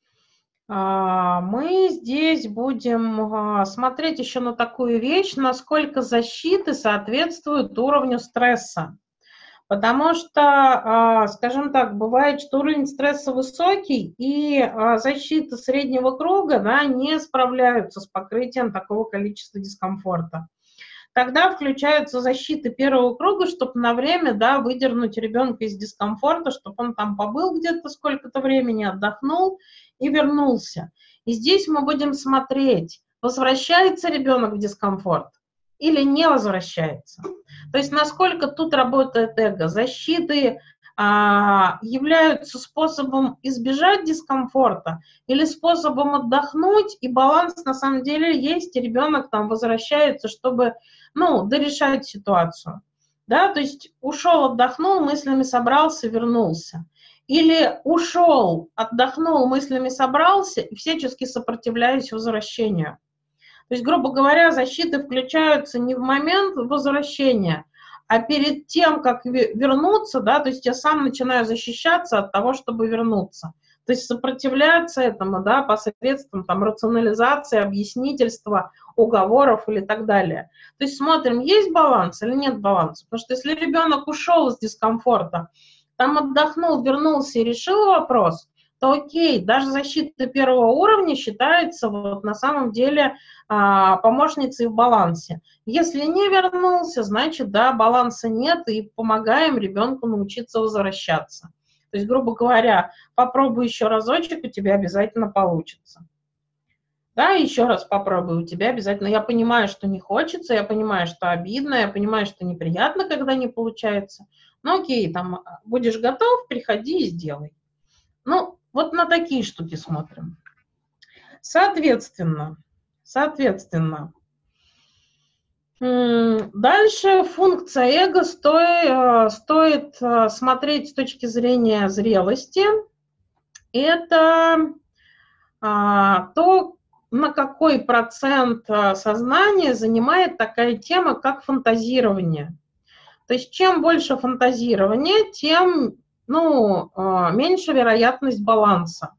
мы здесь будем смотреть еще на такую вещь, насколько защиты соответствуют уровню стресса. Потому что, скажем так, бывает, что уровень стресса высокий, и защиты среднего круга, да, не справляются с покрытием такого количества дискомфорта. Тогда включаются защиты первого круга, чтобы на время, да, выдернуть ребенка из дискомфорта, чтобы он там побыл где-то сколько-то времени, отдохнул и вернулся. И здесь мы будем смотреть, возвращается ребенок в дискомфорт или не возвращается. То есть насколько тут работает эго. Защиты а, являются способом избежать дискомфорта или способом отдохнуть, и баланс на самом деле есть, и ребенок там возвращается, чтобы, ну, дорешать ситуацию. Да? То есть ушел, отдохнул, мыслями собрался, вернулся. Или ушел, отдохнул, мыслями собрался и всячески сопротивляюсь возвращению. То есть, грубо говоря, защиты включаются не в момент возвращения, а перед тем, как вернуться, да, то есть я сам начинаю защищаться от того, чтобы вернуться. То есть сопротивляться этому, да, посредством там рационализации, объяснительства, уговоров или так далее. То есть смотрим, есть баланс или нет баланса. Потому что если ребенок ушел из дискомфорта, там отдохнул, вернулся и решил вопрос, то окей, даже защита первого уровня считается вот на самом деле а, помощницей в балансе. Если не вернулся, значит, да, баланса нет, и помогаем ребенку научиться возвращаться. То есть, грубо говоря, попробуй еще разочек, у тебя обязательно получится. Да, еще раз попробуй, у тебя обязательно. Я понимаю, что не хочется, я понимаю, что обидно, я понимаю, что неприятно, когда не получается. Ну окей, там, будешь готов, приходи и сделай. Ну, вот на такие штуки смотрим. Соответственно, соответственно, дальше функция эго стоит, стоит смотреть с точки зрения зрелости. Это то, на какой процент сознания занимает такая тема, как фантазирование. То есть чем больше фантазирования, тем ну, меньше вероятность баланса.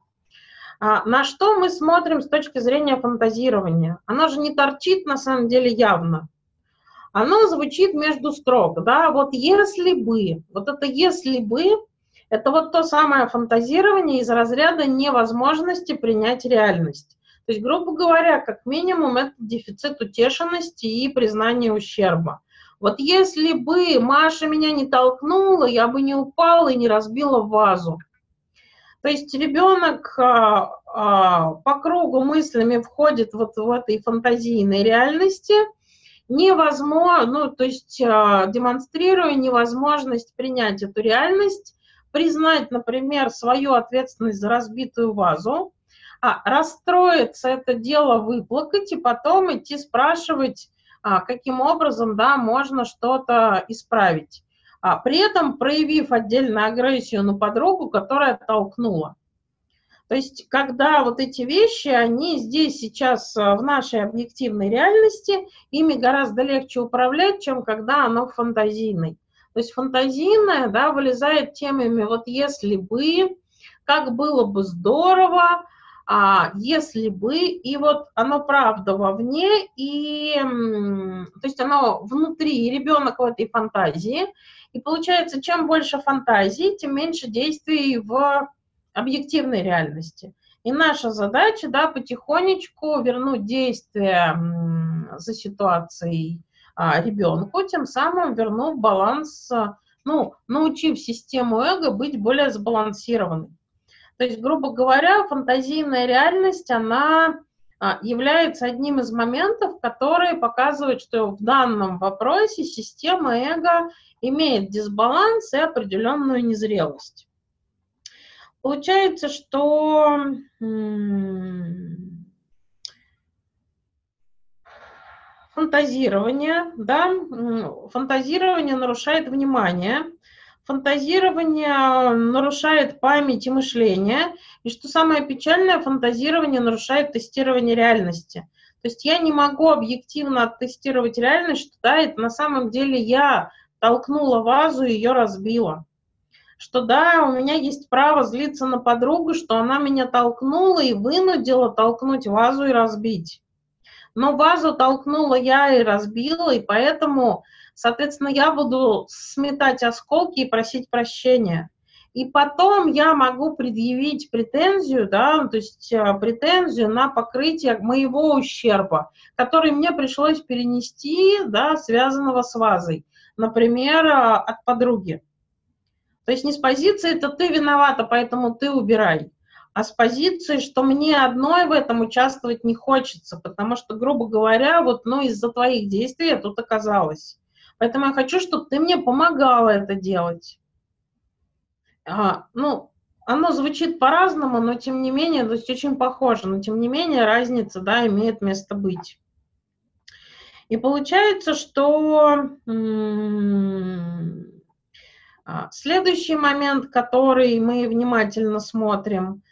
На что мы смотрим с точки зрения фантазирования? Оно же не торчит на самом деле явно. Оно звучит между строк, да, вот если бы, вот это если бы, это вот то самое фантазирование из разряда невозможности принять реальность. То есть, грубо говоря, как минимум, это дефицит утешенности и признание ущерба. Вот если бы Маша меня не толкнула, я бы не упала и не разбила вазу. То есть ребенок а, а, по кругу мыслями входит вот в этой фантазийной реальности, невозможно, ну, то есть а, демонстрируя невозможность принять эту реальность, признать, например, свою ответственность за разбитую вазу, а расстроиться, это дело выплакать и потом идти спрашивать, а, каким образом, да, можно что-то исправить. А при этом проявив отдельно агрессию на подругу, которая толкнула. То есть, когда вот эти вещи, они здесь сейчас в нашей объективной реальности, ими гораздо легче управлять, чем когда оно фантазийное. То есть фантазийное, да, вылезает темами вот если бы, как было бы здорово, а если бы, и вот оно правда вовне, и то есть оно внутри, и ребенок в этой фантазии. И получается, чем больше фантазий, тем меньше действий в объективной реальности. И наша задача, да, потихонечку вернуть действие за ситуацией а, ребенку, тем самым вернув баланс, ну, научив систему эго быть более сбалансированной. То есть, грубо говоря, фантазийная реальность, она а, является одним из моментов, которые показывают, что в данном вопросе система эго имеет дисбаланс и определенную незрелость. Получается, что фантазирование, да, фантазирование нарушает внимание, фантазирование нарушает память и мышление, и что самое печальное, фантазирование нарушает тестирование реальности. То есть я не могу объективно оттестировать реальность, что да, это на самом деле я толкнула вазу и ее разбила. Что да, у меня есть право злиться на подругу, что она меня толкнула и вынудила толкнуть вазу и разбить. Но вазу толкнула я и разбила, и поэтому, соответственно, я буду сметать осколки и просить прощения. И потом я могу предъявить претензию, да, то есть претензию на покрытие моего ущерба, который мне пришлось перенести, да, связанного с вазой, например, от подруги. То есть не с позиции «это ты виновата, поэтому ты убирай», а с позиции, что мне одной в этом участвовать не хочется, потому что, грубо говоря, вот, ну, из-за твоих действий я тут оказалась. Поэтому я хочу, чтобы ты мне помогала это делать. А, ну, оно звучит по-разному, но тем не менее, то есть очень похоже, но тем не менее разница, да, имеет место быть. И получается, что м- следующий момент, который мы внимательно смотрим,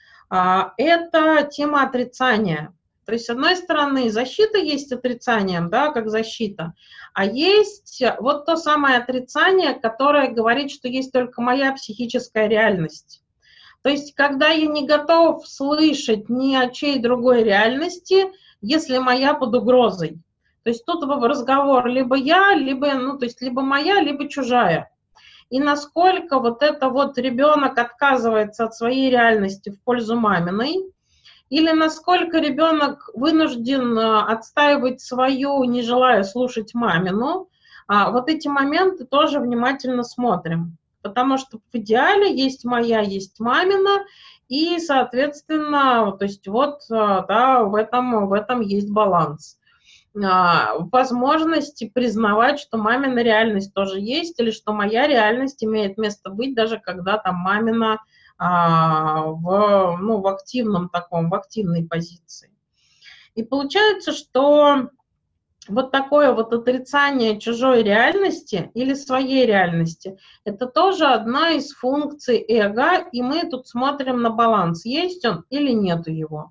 это тема отрицания. То есть, с одной стороны, защита есть отрицанием, да, как защита, а есть вот то самое отрицание, которое говорит, что есть только моя психическая реальность. То есть, когда я не готов слышать ни о чьей другой реальности, если моя под угрозой. То есть тут разговор либо я, либо, ну, то есть либо моя, либо чужая. И насколько вот это вот ребенок отказывается от своей реальности в пользу маминой, или насколько ребенок вынужден отстаивать свою, не желая слушать мамину, вот эти моменты тоже внимательно смотрим. Потому что в идеале есть моя, есть мамина, и, соответственно, то есть вот, да, в этом, в этом есть баланс. Возможности признавать, что мамина реальность тоже есть, или что моя реальность имеет место быть, даже когда там мамина а, в, ну, в активном таком, в активной позиции. И получается, что вот такое вот отрицание чужой реальности или своей реальности, это тоже одна из функций эго, и мы тут смотрим на баланс, есть он или нету его.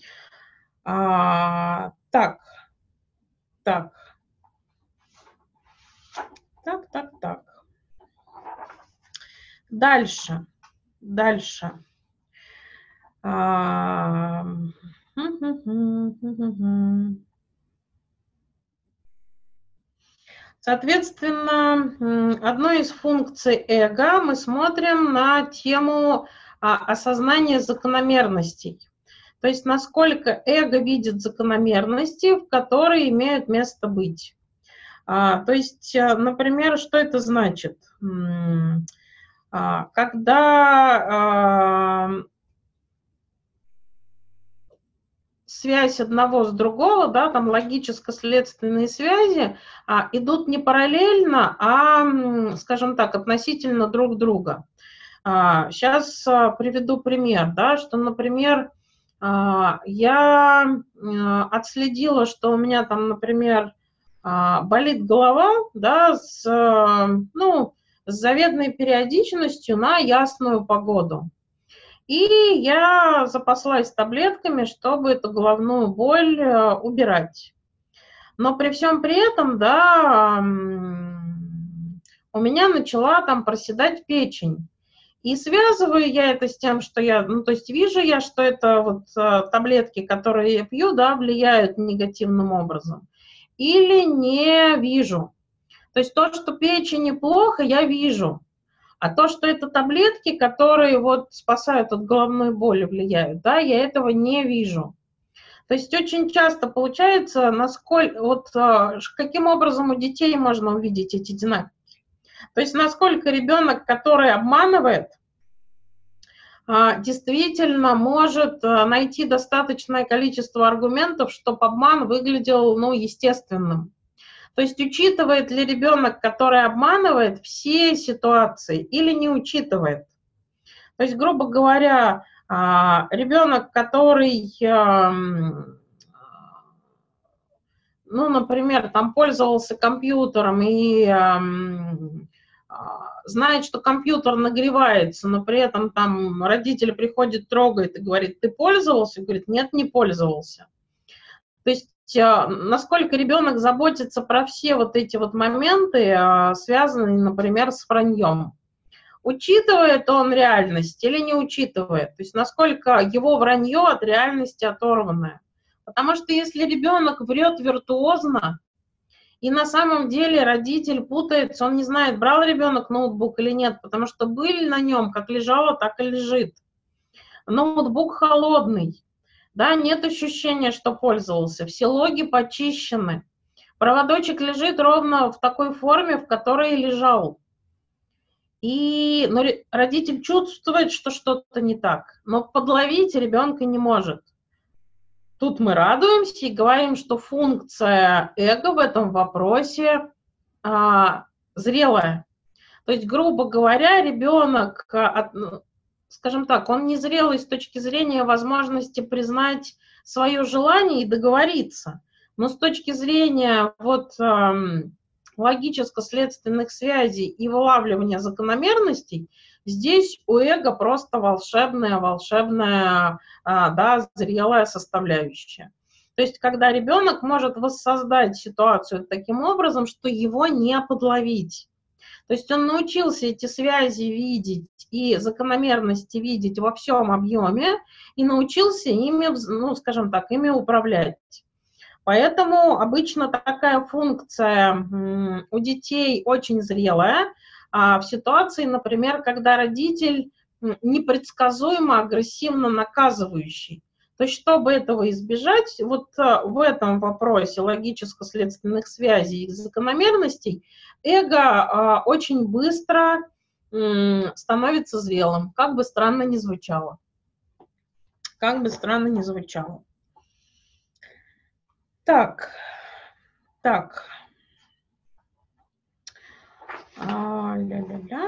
А, так, так, так, так, так. Дальше, дальше. А, Соответственно, одной из функций эго мы смотрим на тему осознания закономерностей. То есть насколько эго видит закономерности, в которые имеют место быть. То есть, например, что это значит? Когда связь одного с другого, да, там логическо-следственные связи а, идут не параллельно, а, скажем так, относительно друг друга. А, сейчас а, приведу пример, да, что, например, а, я а, отследила, что у меня там, например, а, болит голова, да, с, а, ну, с заветной периодичностью на ясную погоду. И я запаслась таблетками, чтобы эту головную боль убирать. Но при всем при этом, да, у меня начала там проседать печень. И связываю я это с тем, что я, ну, то есть вижу я, что это вот таблетки, которые я пью, да, влияют негативным образом. Или не вижу. То есть то, что печени плохо, я вижу. А то, что это таблетки, которые вот спасают от головной боли, влияют, да, я этого не вижу. То есть очень часто получается, насколько, вот каким образом у детей можно увидеть эти динамики. То есть насколько ребенок, который обманывает, действительно может найти достаточное количество аргументов, чтобы обман выглядел, ну, естественным. То есть учитывает ли ребенок, который обманывает, все ситуации или не учитывает? То есть, грубо говоря, ребенок, который, ну, например, там пользовался компьютером и знает, что компьютер нагревается, но при этом там родители приходят, трогает и говорит, ты пользовался? И говорит, нет, не пользовался. То есть насколько ребенок заботится про все вот эти вот моменты, связанные, например, с враньем. Учитывает он реальность или не учитывает? То есть насколько его вранье от реальности оторванное. Потому что если ребенок врет виртуозно, и на самом деле родитель путается, он не знает, брал ребенок ноутбук или нет, потому что быль на нем как лежала, так и лежит. Ноутбук холодный. Да, нет ощущения, что пользовался. Все логи почищены. Проводочек лежит ровно в такой форме, в которой лежал. И ну, родитель чувствует, что что-то не так, но подловить ребенка не может. Тут мы радуемся и говорим, что функция эго в этом вопросе а, зрелая. То есть, грубо говоря, ребенок... От, скажем так, он незрелый с точки зрения возможности признать свое желание и договориться. Но с точки зрения вот, эм, логическо-следственных связей и вылавливания закономерностей, здесь у эго просто волшебная, волшебная, э, да, зрелая составляющая. То есть, когда ребенок может воссоздать ситуацию таким образом, что его не подловить. То есть он научился эти связи видеть и закономерности видеть во всем объеме и научился ими, ну, скажем так, ими управлять. Поэтому обычно такая функция у детей очень зрелая, а в ситуации, например, когда родитель непредсказуемо агрессивно наказывающий. То есть, чтобы этого избежать, вот в этом вопросе логическо-следственных связей и закономерностей, эго очень быстро становится зрелым, как бы странно ни звучало. Как бы странно ни звучало. Так, так. А, ля-ля-ля.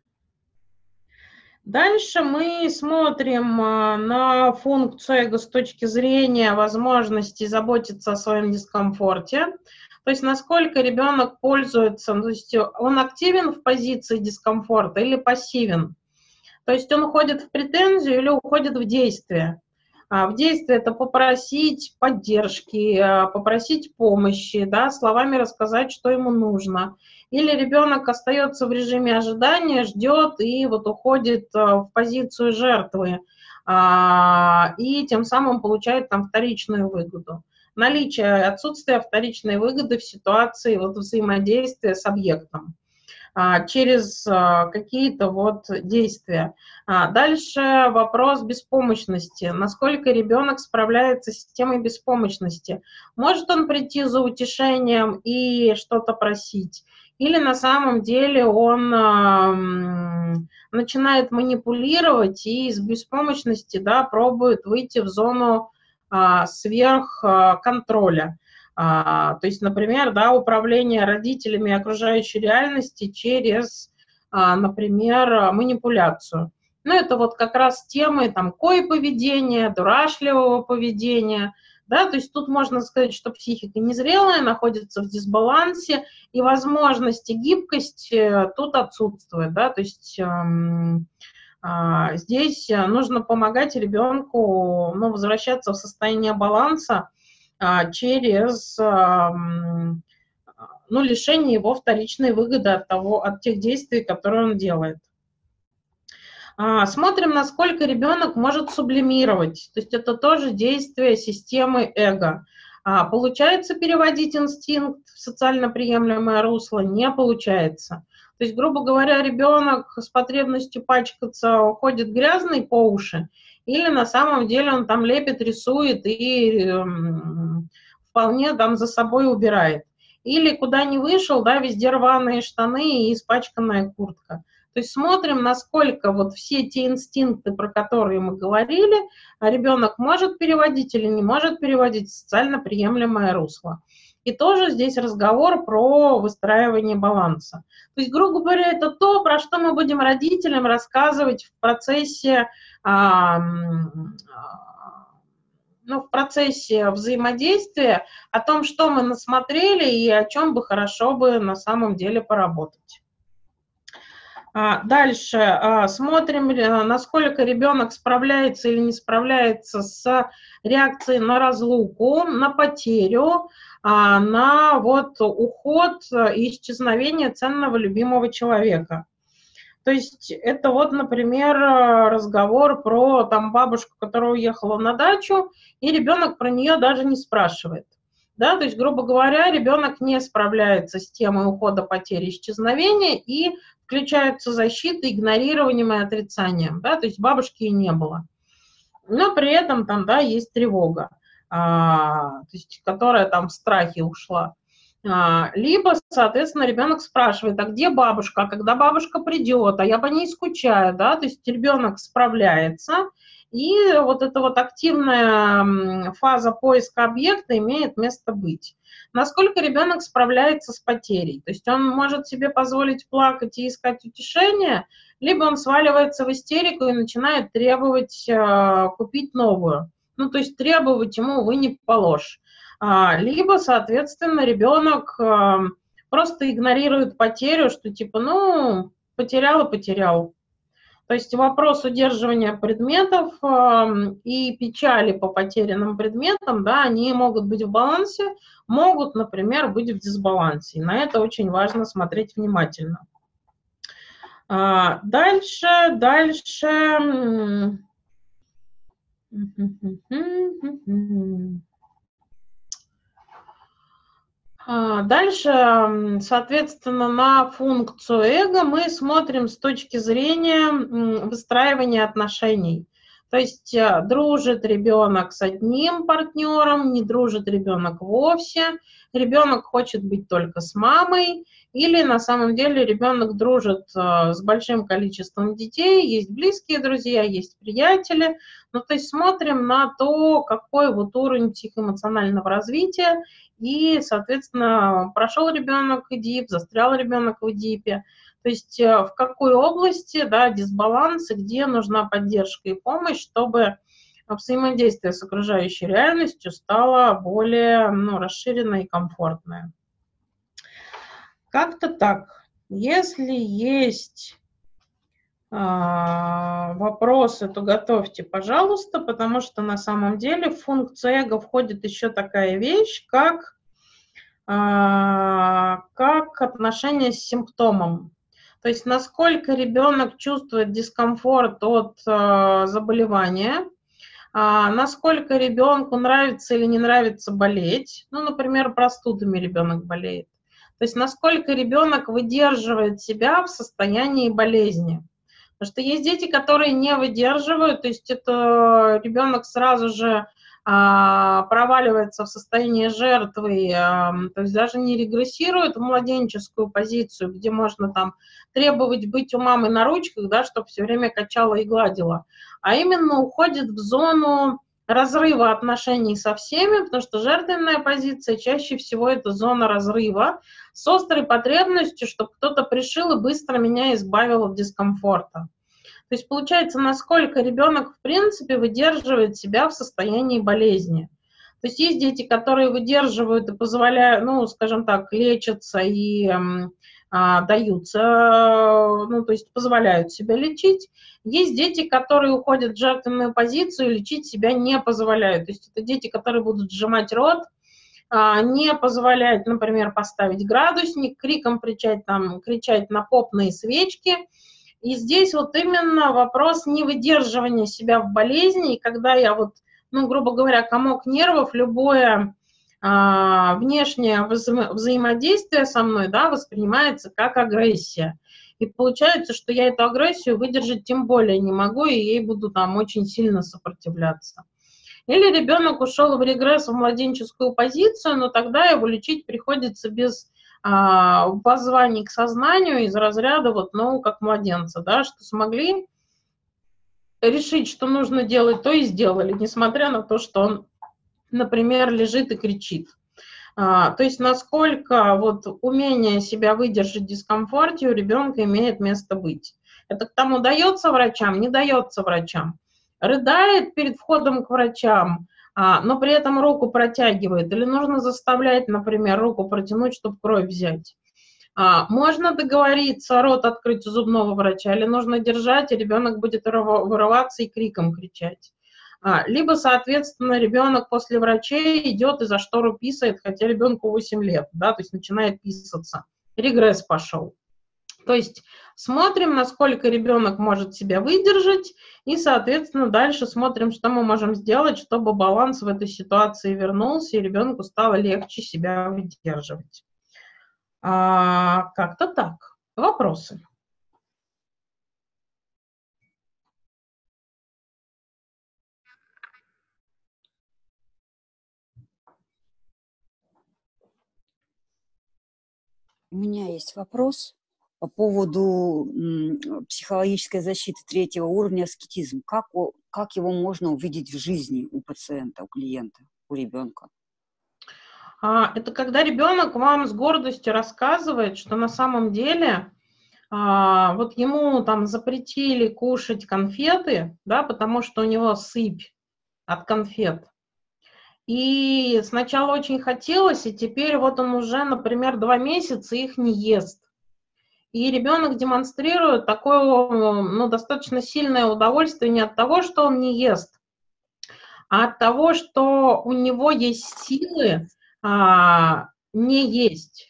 Дальше мы смотрим на функцию эго с точки зрения возможности заботиться о своем дискомфорте. То есть насколько ребенок пользуется, то есть он активен в позиции дискомфорта или пассивен. То есть он уходит в претензию или уходит в действие. В действие это попросить поддержки, попросить помощи, да, словами рассказать, что ему нужно. Или ребенок остается в режиме ожидания, ждет и вот уходит в позицию жертвы, и тем самым получает там вторичную выгоду. Наличие, отсутствие вторичной выгоды в ситуации вот взаимодействия с объектом через какие-то вот действия. Дальше вопрос беспомощности. Насколько ребенок справляется с темой беспомощности? Может он прийти за утешением и что-то просить? Или на самом деле он начинает манипулировать и из беспомощности, да, пробует выйти в зону сверхконтроля? А, то есть, например, да, управление родителями окружающей реальности через, а, например, манипуляцию. Ну, это вот как раз темы там кой-поведения, дурашливого поведения, да, то есть тут можно сказать, что психика незрелая, находится в дисбалансе, и возможности гибкости тут отсутствуют, да, то есть эм, э, здесь нужно помогать ребенку, ну, возвращаться в состояние баланса, через ну, лишение его вторичной выгоды от, того, от тех действий, которые он делает. Смотрим, насколько ребенок может сублимировать, то есть это тоже действие системы эго. Получается переводить инстинкт в социально приемлемое русло? Не получается. То есть, грубо говоря, ребенок с потребностью пачкаться ходит грязный по уши, или на самом деле он там лепит, рисует и э, вполне там за собой убирает. Или куда не вышел, да, везде рваные штаны и испачканная куртка. То есть смотрим, насколько вот все те инстинкты, про которые мы говорили, ребенок может переводить или не может переводить в социально приемлемое русло. И тоже здесь разговор про выстраивание баланса. То есть, грубо говоря, это то, про что мы будем родителям рассказывать в процессе, а, ну, в процессе взаимодействия, о том, что мы насмотрели и о чем бы хорошо бы на самом деле поработать. Дальше смотрим, насколько ребенок справляется или не справляется с реакцией на разлуку, на потерю, на вот уход и исчезновение ценного любимого человека. То есть это вот, например, разговор про там бабушку, которая уехала на дачу, и ребенок про нее даже не спрашивает. Да, то есть, грубо говоря, ребенок не справляется с темой ухода, потери, исчезновения, и включаются защиты, игнорированием и отрицанием. Да, то есть бабушки и не было. Но при этом там, да, есть тревога, а, то есть, которая там в страхе ушла. А, либо, соответственно, ребенок спрашивает, а где бабушка, а когда бабушка придет, а я по ней скучаю, да, то есть ребенок справляется, и вот эта вот активная фаза поиска объекта имеет место быть. Насколько ребенок справляется с потерей, то есть он может себе позволить плакать и искать утешение, либо он сваливается в истерику и начинает требовать э, купить новую. Ну, то есть требовать ему, увы, не положь. А, либо, соответственно, ребенок э, просто игнорирует потерю, что типа, ну, потерял и потерял. То есть вопрос удерживания предметов э, и печали по потерянным предметам, да, они могут быть в балансе, могут, например, быть в дисбалансе. И на это очень важно смотреть внимательно. А, дальше, дальше. Дальше, соответственно, на функцию эго мы смотрим с точки зрения выстраивания отношений. То есть э, дружит ребенок с одним партнером, не дружит ребенок вовсе, ребенок хочет быть только с мамой, или на самом деле ребенок дружит э, с большим количеством детей, есть близкие друзья, есть приятели. Ну, то есть смотрим на то, какой вот уровень психоэмоционального развития, и, соответственно, прошел ребенок ИДИП, застрял ребенок в ИДИПе. То есть в какой области, да, дисбаланс и где нужна поддержка и помощь, чтобы взаимодействие с окружающей реальностью стало более, ну, расширенное и комфортное. Как-то так. Если есть а, вопросы, то готовьте, пожалуйста, потому что на самом деле в функцию эго входит еще такая вещь, как, а, как отношение с симптомом. То есть насколько ребенок чувствует дискомфорт от э, заболевания, а, насколько ребенку нравится или не нравится болеть. Ну, например, простудами ребенок болеет. То есть насколько ребенок выдерживает себя в состоянии болезни. Потому что есть дети, которые не выдерживают, то есть это ребенок сразу же а, проваливается в состояние жертвы, а, то есть даже не регрессирует в младенческую позицию, где можно там требовать быть у мамы на ручках, да, чтобы все время качала и гладила, а именно уходит в зону разрыва отношений со всеми, потому что жертвенная позиция чаще всего это зона разрыва с острой потребностью, чтобы кто-то пришил и быстро меня избавил от дискомфорта. То есть получается, насколько ребенок в принципе выдерживает себя в состоянии болезни. То есть есть дети, которые выдерживают и позволяют, ну, скажем так, лечатся и а, даются, ну, то есть позволяют себя лечить. Есть дети, которые уходят в жертвенную позицию и лечить себя не позволяют. То есть это дети, которые будут сжимать рот, а, не позволять, например, поставить градусник, криком кричать, там, кричать на попные свечки. И здесь вот именно вопрос невыдерживания себя в болезни, и когда я вот, ну, грубо говоря, комок нервов, любое а, внешнее вза взаимодействие со мной, да, воспринимается как агрессия. И получается, что я эту агрессию выдержать тем более не могу, и ей буду там очень сильно сопротивляться. Или ребенок ушел в регресс в младенческую позицию, но тогда его лечить приходится без а, воззваний к сознанию из разряда вот, ну, как младенца, да, что смогли решить, что нужно делать, то и сделали, несмотря на то, что он, например, лежит и кричит. А, то есть насколько вот умение себя выдержать в дискомфорте у ребенка имеет место быть. Это к тому дается врачам, не дается врачам. Рыдает перед входом к врачам, а, но при этом руку протягивает. Или нужно заставлять, например, руку протянуть, чтобы кровь взять. А, можно договориться, рот открыть у зубного врача, или нужно держать, и ребенок будет вырываться и криком кричать. А, либо, соответственно, ребенок после врачей идет и за штору писает, хотя ребенку восемь лет, да, то есть начинает писаться. Регресс пошел. То есть смотрим, насколько ребенок может себя выдержать, и, соответственно, дальше смотрим, что мы можем сделать, чтобы баланс в этой ситуации вернулся, и ребенку стало легче себя выдерживать. А, как-то так. Вопросы? У меня есть вопрос по поводу психологической защиты третьего уровня аскетизм. Как, как его можно увидеть в жизни у пациента, у клиента, у ребенка? Это когда ребенок вам с гордостью рассказывает, что на самом деле вот ему там запретили кушать конфеты, да, потому что у него сыпь от конфет. И сначала очень хотелось, и теперь вот он уже, например, два месяца их не ест. И ребенок демонстрирует такое, ну, достаточно сильное удовольствие не от того, что он не ест, а от того, что у него есть силы а, не есть.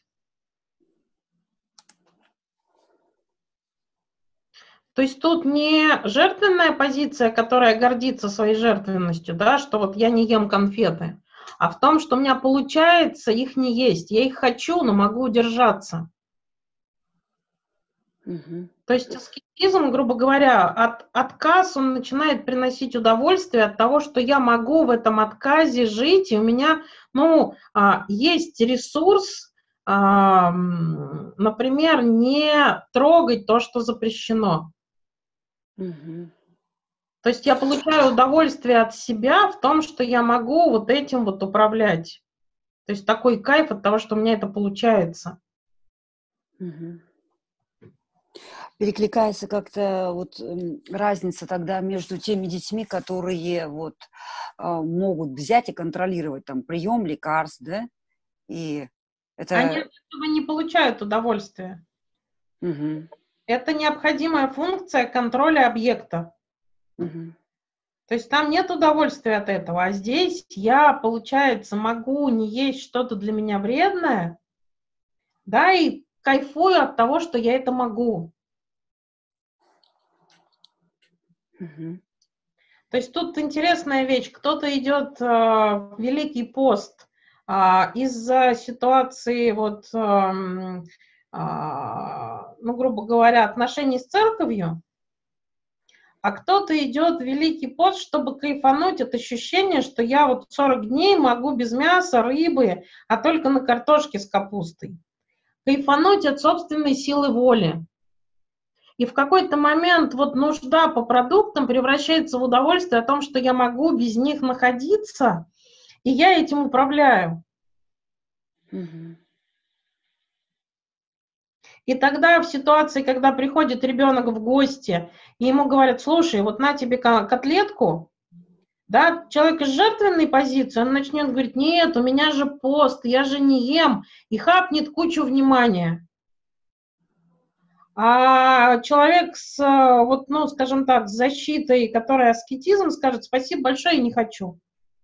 То есть тут не жертвенная позиция, которая гордится своей жертвенностью, да, что вот я не ем конфеты, а в том, что у меня получается их не есть. Я их хочу, но могу удержаться. Угу. То есть аскетизм, грубо говоря, от, отказ, он начинает приносить удовольствие от того, что я могу в этом отказе жить, и у меня, ну, а, есть ресурс, а, например, не трогать то, что запрещено. Угу. То есть я получаю удовольствие от себя в том, что я могу вот этим вот управлять. То есть такой кайф от того, что у меня это получается. Угу. Перекликается как-то вот м, разница тогда между теми детьми, которые вот а, могут взять и контролировать там прием лекарств, да, и Они это... от этого не получают удовольствия. Угу. Это необходимая функция контроля объекта. Угу. То есть там нет удовольствия от этого. А здесь я, получается, могу не есть что-то для меня вредное, да, и кайфую от того, что я это могу. Угу. То есть тут интересная вещь. Кто-то идет э, в Великий пост э, из-за ситуации, вот, э, э, ну, грубо говоря, отношений с церковью, а кто-то идет в Великий пост, чтобы кайфануть от ощущения, что я вот сорок дней могу без мяса, рыбы, а только на картошке с капустой. Кайфануть от собственной силы воли. И в какой-то момент вот нужда по продуктам превращается в удовольствие о том, что я могу без них находиться, и я этим управляю. Угу. И тогда в ситуации, когда приходит ребенок в гости, и ему говорят: слушай, вот на тебе котлетку, да, человек из жертвенной позиции, он начнет говорить: нет, у меня же пост, я же не ем, и хапнет кучу внимания. А человек с, вот, ну, скажем так, с защитой, которая аскетизм, скажет: спасибо большое, я не хочу.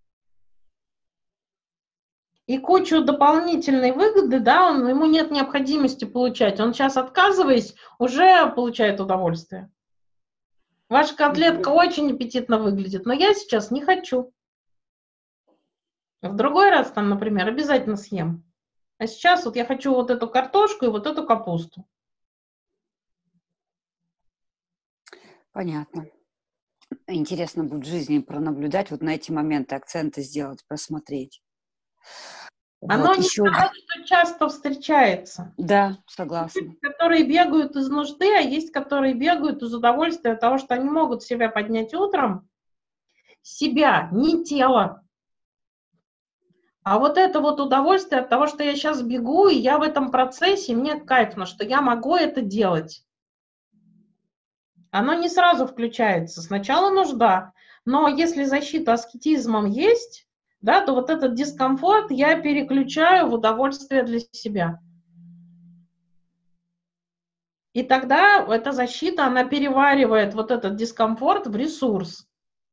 И кучу дополнительной выгоды, да, он, ему нет необходимости получать. Он сейчас, отказываясь, уже получает удовольствие. Ваша котлетка очень аппетитно выглядит, но я сейчас не хочу. В другой раз, там, например, обязательно съем. А сейчас вот я хочу вот эту картошку и вот эту капусту. Понятно. Интересно будет в жизни пронаблюдать, вот на эти моменты акценты сделать, просмотреть. Оно Вот не еще... так, что часто встречается. Да, согласна. Есть, которые бегают из нужды, а есть, которые бегают из удовольствия от того, что они могут себя поднять утром. Себя, не тело. А вот это вот удовольствие от того, что я сейчас бегу, и я в этом процессе, мне кайфно, что я могу это делать. Оно не сразу включается. Сначала нужда. Но если защита аскетизмом есть, да, то вот этот дискомфорт я переключаю в удовольствие для себя. И тогда эта защита, она переваривает вот этот дискомфорт в ресурс.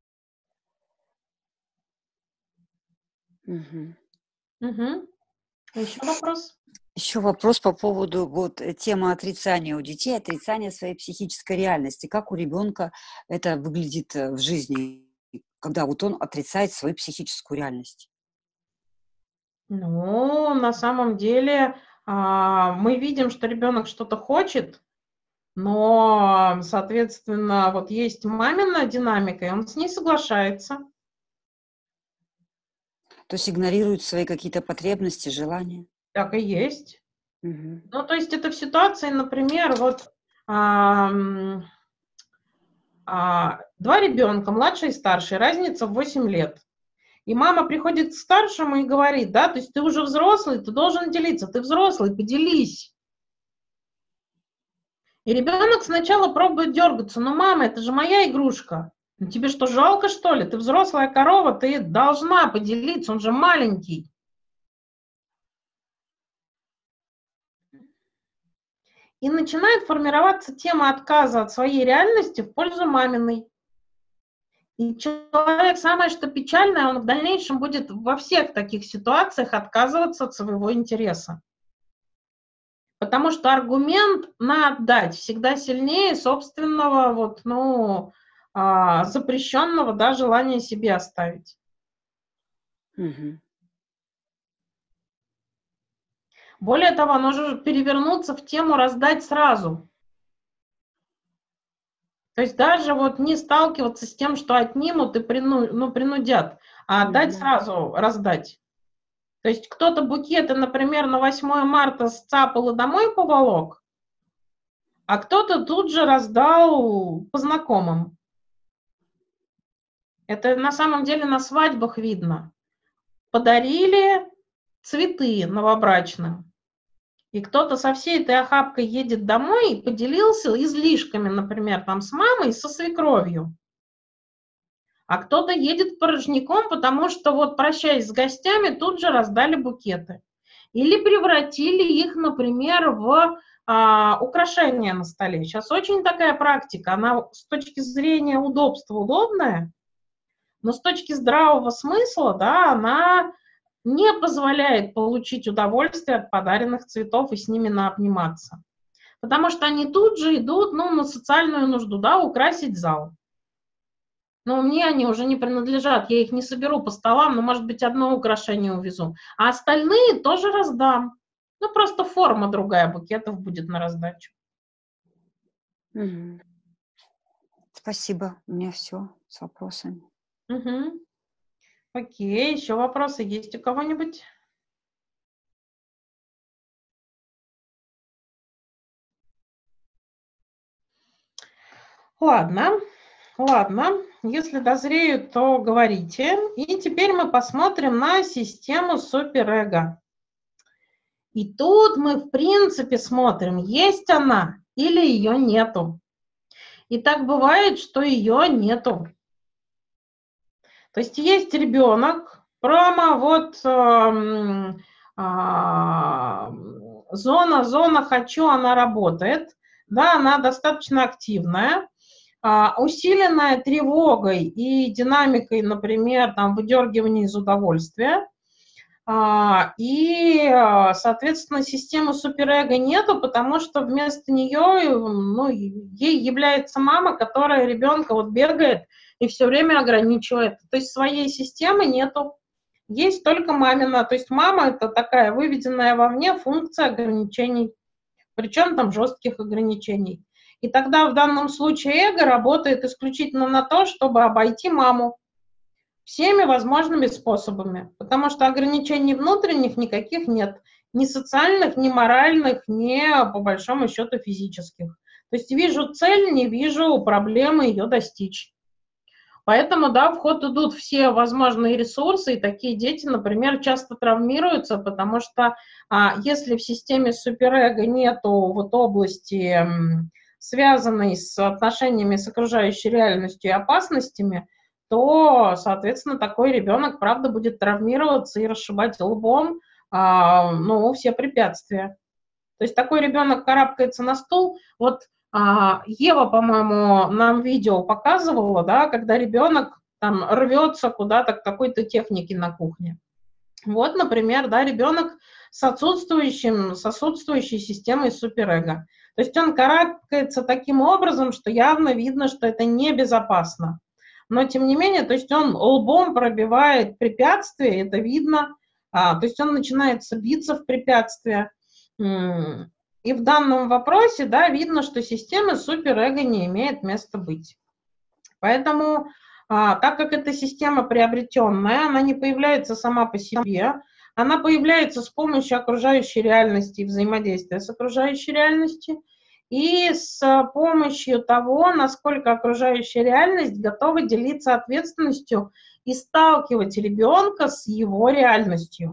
Угу. Угу. Еще вопрос? Еще вопрос по поводу вот темы отрицания у детей, отрицания своей психической реальности. Как у ребенка это выглядит в жизни, когда вот он отрицает свою психическую реальность? Ну, на самом деле, а, мы видим, что ребенок что-то хочет, но, соответственно, вот есть мамина динамика, и он с ней соглашается. То есть игнорирует свои какие-то потребности, желания? Так и есть. Угу. Ну, то есть это в ситуации, например, вот а, а, два ребенка, младший и старший, разница в восемь лет. И мама приходит к старшему и говорит: да, то есть ты уже взрослый, ты должен делиться, ты взрослый, поделись. И ребенок сначала пробует дергаться: ну, мама, это же моя игрушка. Ну, тебе что, жалко, что ли? Ты взрослая корова, ты должна поделиться, он же маленький. И начинает формироваться тема отказа от своей реальности в пользу маминой. И человек, самое что печальное, он в дальнейшем будет во всех таких ситуациях отказываться от своего интереса. Потому что аргумент на отдать всегда сильнее собственного, вот, ну, запрещенного, да, желания себе оставить. Угу. Более того, оно может перевернуться в тему раздать сразу. То есть даже вот не сталкиваться с тем, что отнимут и прину, ну, принудят, а отдать сразу, раздать. То есть кто-то букеты, например, на восьмое марта сцапал и домой поволок, а кто-то тут же раздал по знакомым. Это на самом деле на свадьбах видно. Подарили цветы новобрачным, и кто-то со всей этой охапкой едет домой и поделился излишками, например, там с мамой, со свекровью. А кто-то едет порожняком, потому что вот, прощаясь с гостями, тут же раздали букеты. Или превратили их, например, в а, украшения на столе. Сейчас очень такая практика, она с точки зрения удобства удобная, но с точки здравого смысла, да, она не позволяет получить удовольствие от подаренных цветов и с ними наобниматься. Потому что они тут же идут, ну, на социальную нужду, да, украсить зал. Но мне они уже не принадлежат, я их не соберу по столам, но, может быть, одно украшение увезу. А остальные тоже раздам. Ну, просто форма другая букетов будет на раздачу. Угу. Спасибо, у меня все с вопросами. Угу. Окей, еще вопросы есть у кого-нибудь? Ладно, ладно, если дозреют, то говорите. И теперь мы посмотрим на систему суперэго. И тут мы, в принципе, смотрим, есть она или ее нету. И так бывает, что ее нету. То есть есть ребенок, прямо вот э, э, зона, зона хочу, она работает, да, она достаточно активная, э, усиленная тревогой и динамикой, например, там, выдергивания из удовольствия. И, соответственно, системы суперэго нету, потому что вместо нее, ну, ей является мама, которая ребенка вот бегает и все время ограничивает. То есть своей системы нету. Есть только мамина. То есть мама — это такая выведенная вовне функция ограничений, причем там жестких ограничений. И тогда в данном случае эго работает исключительно на то, чтобы обойти маму всеми возможными способами, потому что ограничений внутренних никаких нет, ни социальных, ни моральных, ни, по большому счету, физических. То есть вижу цель, не вижу проблемы ее достичь. Поэтому, да, в ход идут все возможные ресурсы, и такие дети, например, часто травмируются, потому что а, если в системе суперэго нету вот области, м, связанной с отношениями с окружающей реальностью и опасностями, то, соответственно, такой ребенок, правда, будет травмироваться и расшибать лбом, а, ну, все препятствия. То есть такой ребенок карабкается на стул. Вот а, Ева, по-моему, нам видео показывала, да, когда ребенок там рвется куда-то к какой-то технике на кухне. Вот, например, да, ребенок с отсутствующим, с отсутствующей системой суперэго. То есть он карабкается таким образом, что явно видно, что это небезопасно. Но, тем не менее, то есть он лбом пробивает препятствия, это видно, а, то есть он начинает биться в препятствия. И в данном вопросе, да, видно, что система суперэго не имеет места быть. Поэтому, а, так как эта система приобретенная, она не появляется сама по себе, она появляется с помощью окружающей реальности и взаимодействия с окружающей реальностью, и с помощью того, насколько окружающая реальность готова делиться ответственностью и сталкивать ребенка с его реальностью.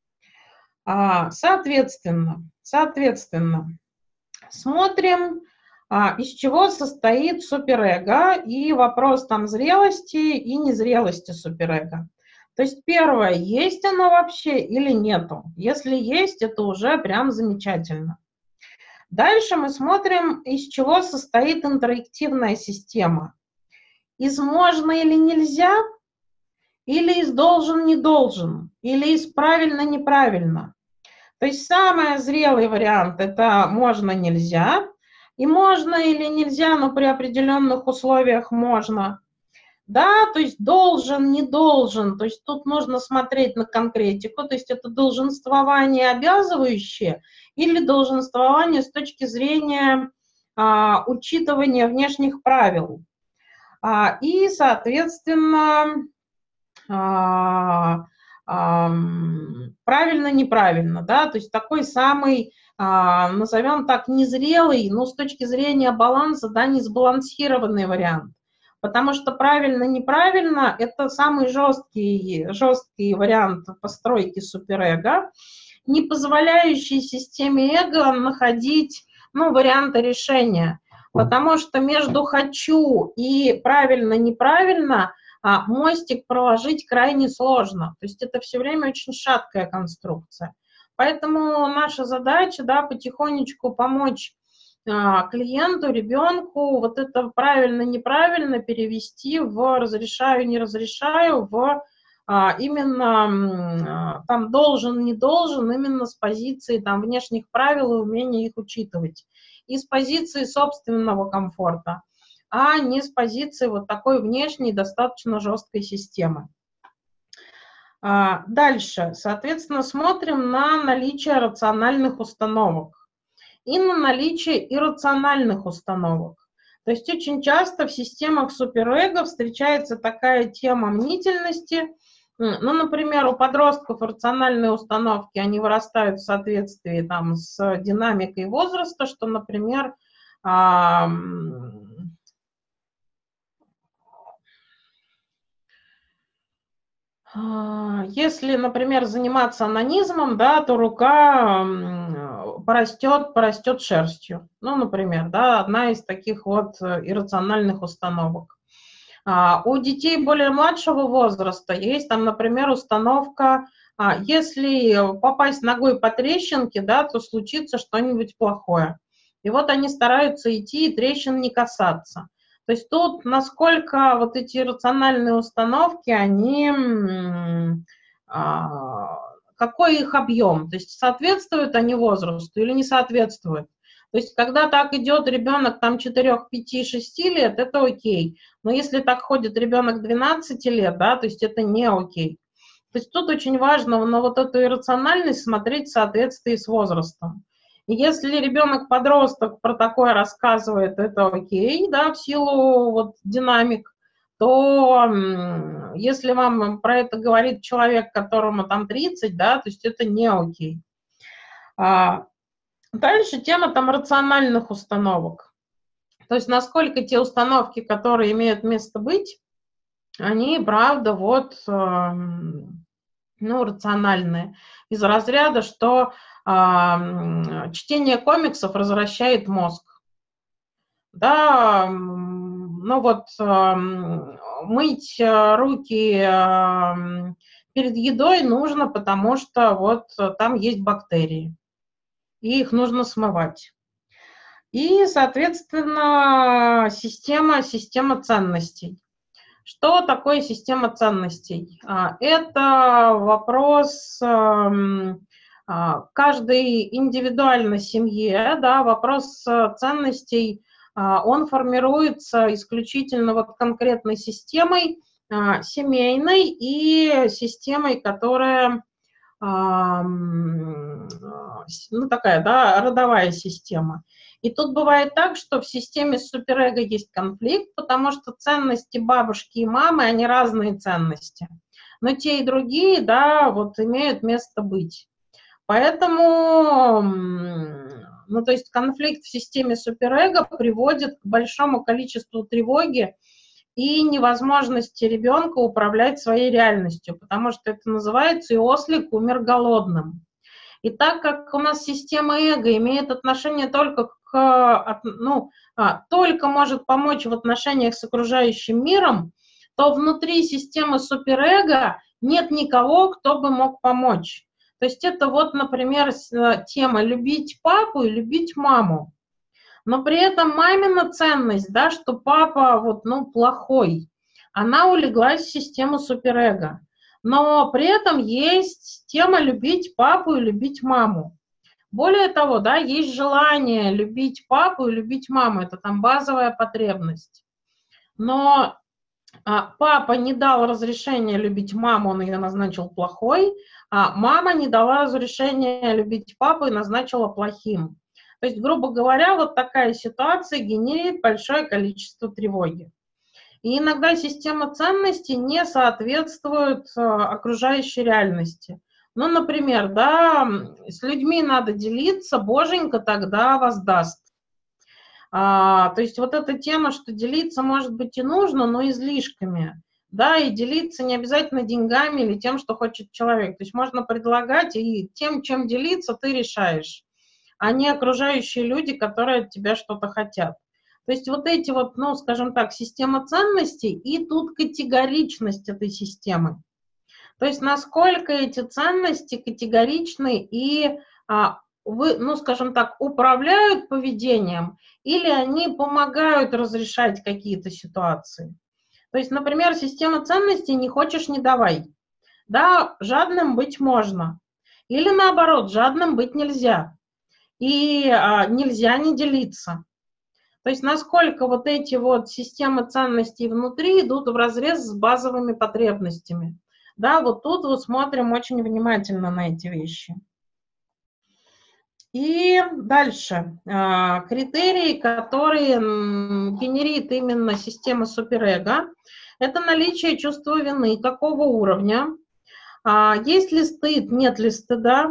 Соответственно, соответственно, смотрим, из чего состоит суперэго, и вопрос там зрелости и незрелости суперэго. То есть первое, есть оно вообще или нету. Если есть, это уже прям замечательно. Дальше мы смотрим, из чего состоит интерактивная система. Из можно или нельзя, или из должен, не должен, или из правильно, неправильно. То есть самый зрелый вариант – это можно, нельзя, и можно или нельзя, но при определенных условиях можно. Да, то есть должен, не должен, то есть тут нужно смотреть на конкретику, то есть это долженствование обязывающее или долженствование с точки зрения а, учитывания внешних правил. А, и, соответственно, а, а, правильно-неправильно, да, то есть такой самый, а, назовем так, незрелый, но с точки зрения баланса, да, несбалансированный вариант. Потому что правильно-неправильно – это самый жесткий, жесткий вариант постройки суперэго, не позволяющий системе эго находить, ну, варианты решения. Потому что между «хочу» и «правильно-неправильно» мостик проложить крайне сложно. То есть это все время очень шаткая конструкция. Поэтому наша задача, да, потихонечку помочь клиенту, ребенку вот это правильно-неправильно перевести в разрешаю, не разрешаю, в именно там должен, не должен, именно с позиции там внешних правил и умения их учитывать. И с позиции собственного комфорта, а не с позиции вот такой внешней, достаточно жесткой системы. Дальше, соответственно, смотрим на наличие рациональных установок и на наличие иррациональных установок. То есть очень часто в системах суперэго встречается такая тема мнительности. Ну, например, у подростков рациональные установки, они вырастают в соответствии там, с динамикой возраста, что, например, если, например, заниматься онанизмом, да, то рука порастет, порастет шерстью. Ну, например, да, одна из таких вот иррациональных установок. А у детей более младшего возраста есть там, например, установка, если попасть ногой по трещинке, да, то случится что-нибудь плохое. И вот они стараются идти и трещин не касаться. То есть тут насколько вот эти рациональные установки, они, а, какой их объем, то есть соответствуют они возрасту или не соответствуют. То есть когда так идет ребенок там четыре, пять, шесть лет, это окей. Но если так ходит ребенок двенадцати лет, да, то есть это не окей. То есть тут очень важно на вот эту иррациональность смотреть в соответствии с возрастом. И если ребенок-подросток про такое рассказывает, это окей, да, в силу вот динамик, то если вам про это говорит человек, которому там тридцать, да, то есть это не окей. А дальше тема там рациональных установок. То есть насколько те установки, которые имеют место быть, они, правда, вот, ну, рациональные. Из разряда, что э, чтение комиксов развращает мозг. Да, ну вот, э, мыть руки э, перед едой нужно, потому что вот там есть бактерии, и их нужно смывать. И, соответственно, система, система ценностей. Что такое система ценностей? Это вопрос каждой индивидуальной семье, да, вопрос ценностей, он формируется исключительно вот конкретной системой, семейной и системой, которая, ну, такая, да, родовая система. И тут бывает так, что в системе суперэго есть конфликт, потому что ценности бабушки и мамы, они разные ценности. Но те и другие, да, вот имеют место быть. Поэтому, ну, то есть конфликт в системе суперэго приводит к большому количеству тревоги и невозможности ребенка управлять своей реальностью, потому что это называется «и ослик умер голодным». И так как у нас система эго имеет отношение только к, ну, только может помочь в отношениях с окружающим миром, то внутри системы суперэго нет никого, кто бы мог помочь. То есть это вот, например, тема любить папу и любить маму. Но при этом мамина ценность, да, что папа вот, ну, плохой, она улеглась в систему суперэго. Но при этом есть тема любить папу и любить маму. Более того, да, есть желание любить папу и любить маму. Это там базовая потребность. Но а, папа не дал разрешения любить маму, он ее назначил плохой, а мама не дала разрешения любить папу и назначила плохим. То есть, грубо говоря, вот такая ситуация генерирует большое количество тревоги. И иногда система ценностей не соответствует окружающей реальности. Ну, например, да, с людьми надо делиться, боженька тогда воздаст. А, то есть вот эта тема, что делиться, может быть, и нужно, но излишками. Да, и делиться не обязательно деньгами или тем, что хочет человек. То есть можно предлагать, и тем, чем делиться, ты решаешь, а не окружающие люди, которые от тебя что-то хотят. То есть вот эти вот, ну, скажем так, система ценностей и тут категоричность этой системы. То есть насколько эти ценности категоричны и, а, вы, ну, скажем так, управляют поведением или они помогают разрешать какие-то ситуации. То есть, например, система ценностей «не хочешь – не давай». Да, жадным быть можно. Или наоборот, жадным быть нельзя. И а, нельзя не делиться. То есть насколько вот эти вот системы ценностей внутри идут вразрез с базовыми потребностями. Да, вот тут вот смотрим очень внимательно на эти вещи. И дальше. Критерии, которые генерит именно система суперэго, это наличие чувства вины, какого уровня, есть ли стыд, нет ли стыда,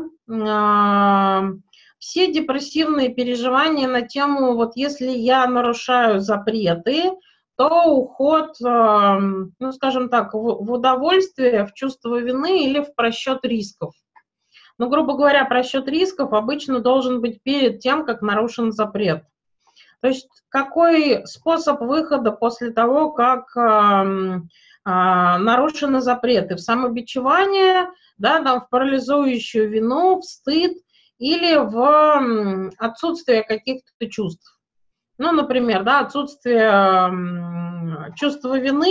все депрессивные переживания на тему, вот если я нарушаю запреты, то уход, ну, скажем так, в удовольствие, в чувство вины или в просчет рисков. Ну, грубо говоря, просчет рисков обычно должен быть перед тем, как нарушен запрет. То есть какой способ выхода после того, как э, э, нарушены запреты? В самобичевание, да, там, в парализующую вину, в стыд или в отсутствие каких-то чувств. Ну, например, да, отсутствие э, чувства вины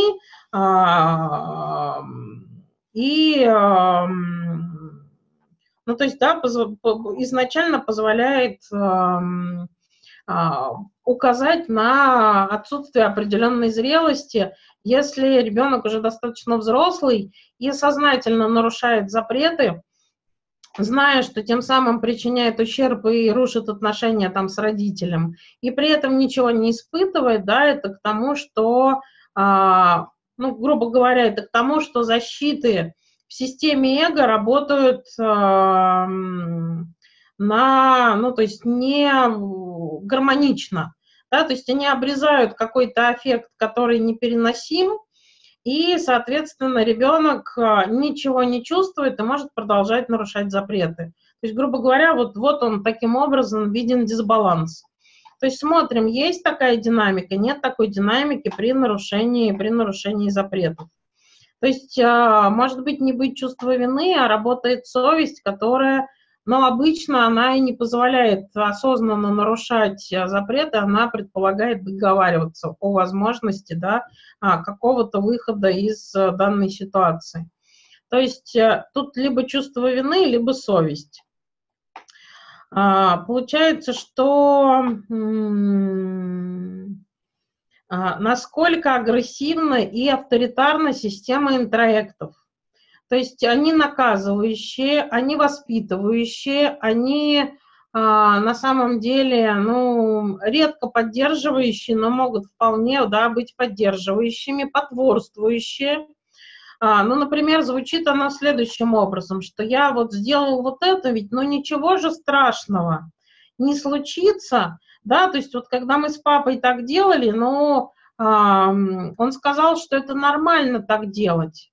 э, и... Э, ну, то есть, да, изначально позволяет э, э, указать на отсутствие определенной зрелости, если ребенок уже достаточно взрослый и сознательно нарушает запреты, зная, что тем самым причиняет ущерб и рушит отношения там с родителем, и при этом ничего не испытывает, да, это к тому, что, э, ну, грубо говоря, это к тому, что защиты в системе эго работают э, на, ну, то есть не гармонично, да, то есть они обрезают какой-то аффект, который непереносим, и, соответственно, ребенок ничего не чувствует и может продолжать нарушать запреты. То есть, грубо говоря, вот, вот он таким образом виден дисбаланс. То есть смотрим, есть такая динамика, нет такой динамики при нарушении, при нарушении запретов. То есть, может быть, не быть чувства вины, а работает совесть, которая, ну, обычно она и не позволяет осознанно нарушать запреты, она предполагает договариваться о возможности, да, какого-то выхода из данной ситуации. То есть тут либо чувство вины, либо совесть. Получается, что... насколько агрессивна и авторитарна система интроектов. То есть они наказывающие, они воспитывающие, они а, на самом деле, ну, редко поддерживающие, но могут вполне, да, быть поддерживающими, потворствующие. А, ну, например, звучит оно следующим образом, что я вот сделал вот это, ведь, ну, ничего же страшного не случится. Да, то есть вот когда мы с папой так делали, но а, он сказал, что это нормально так делать.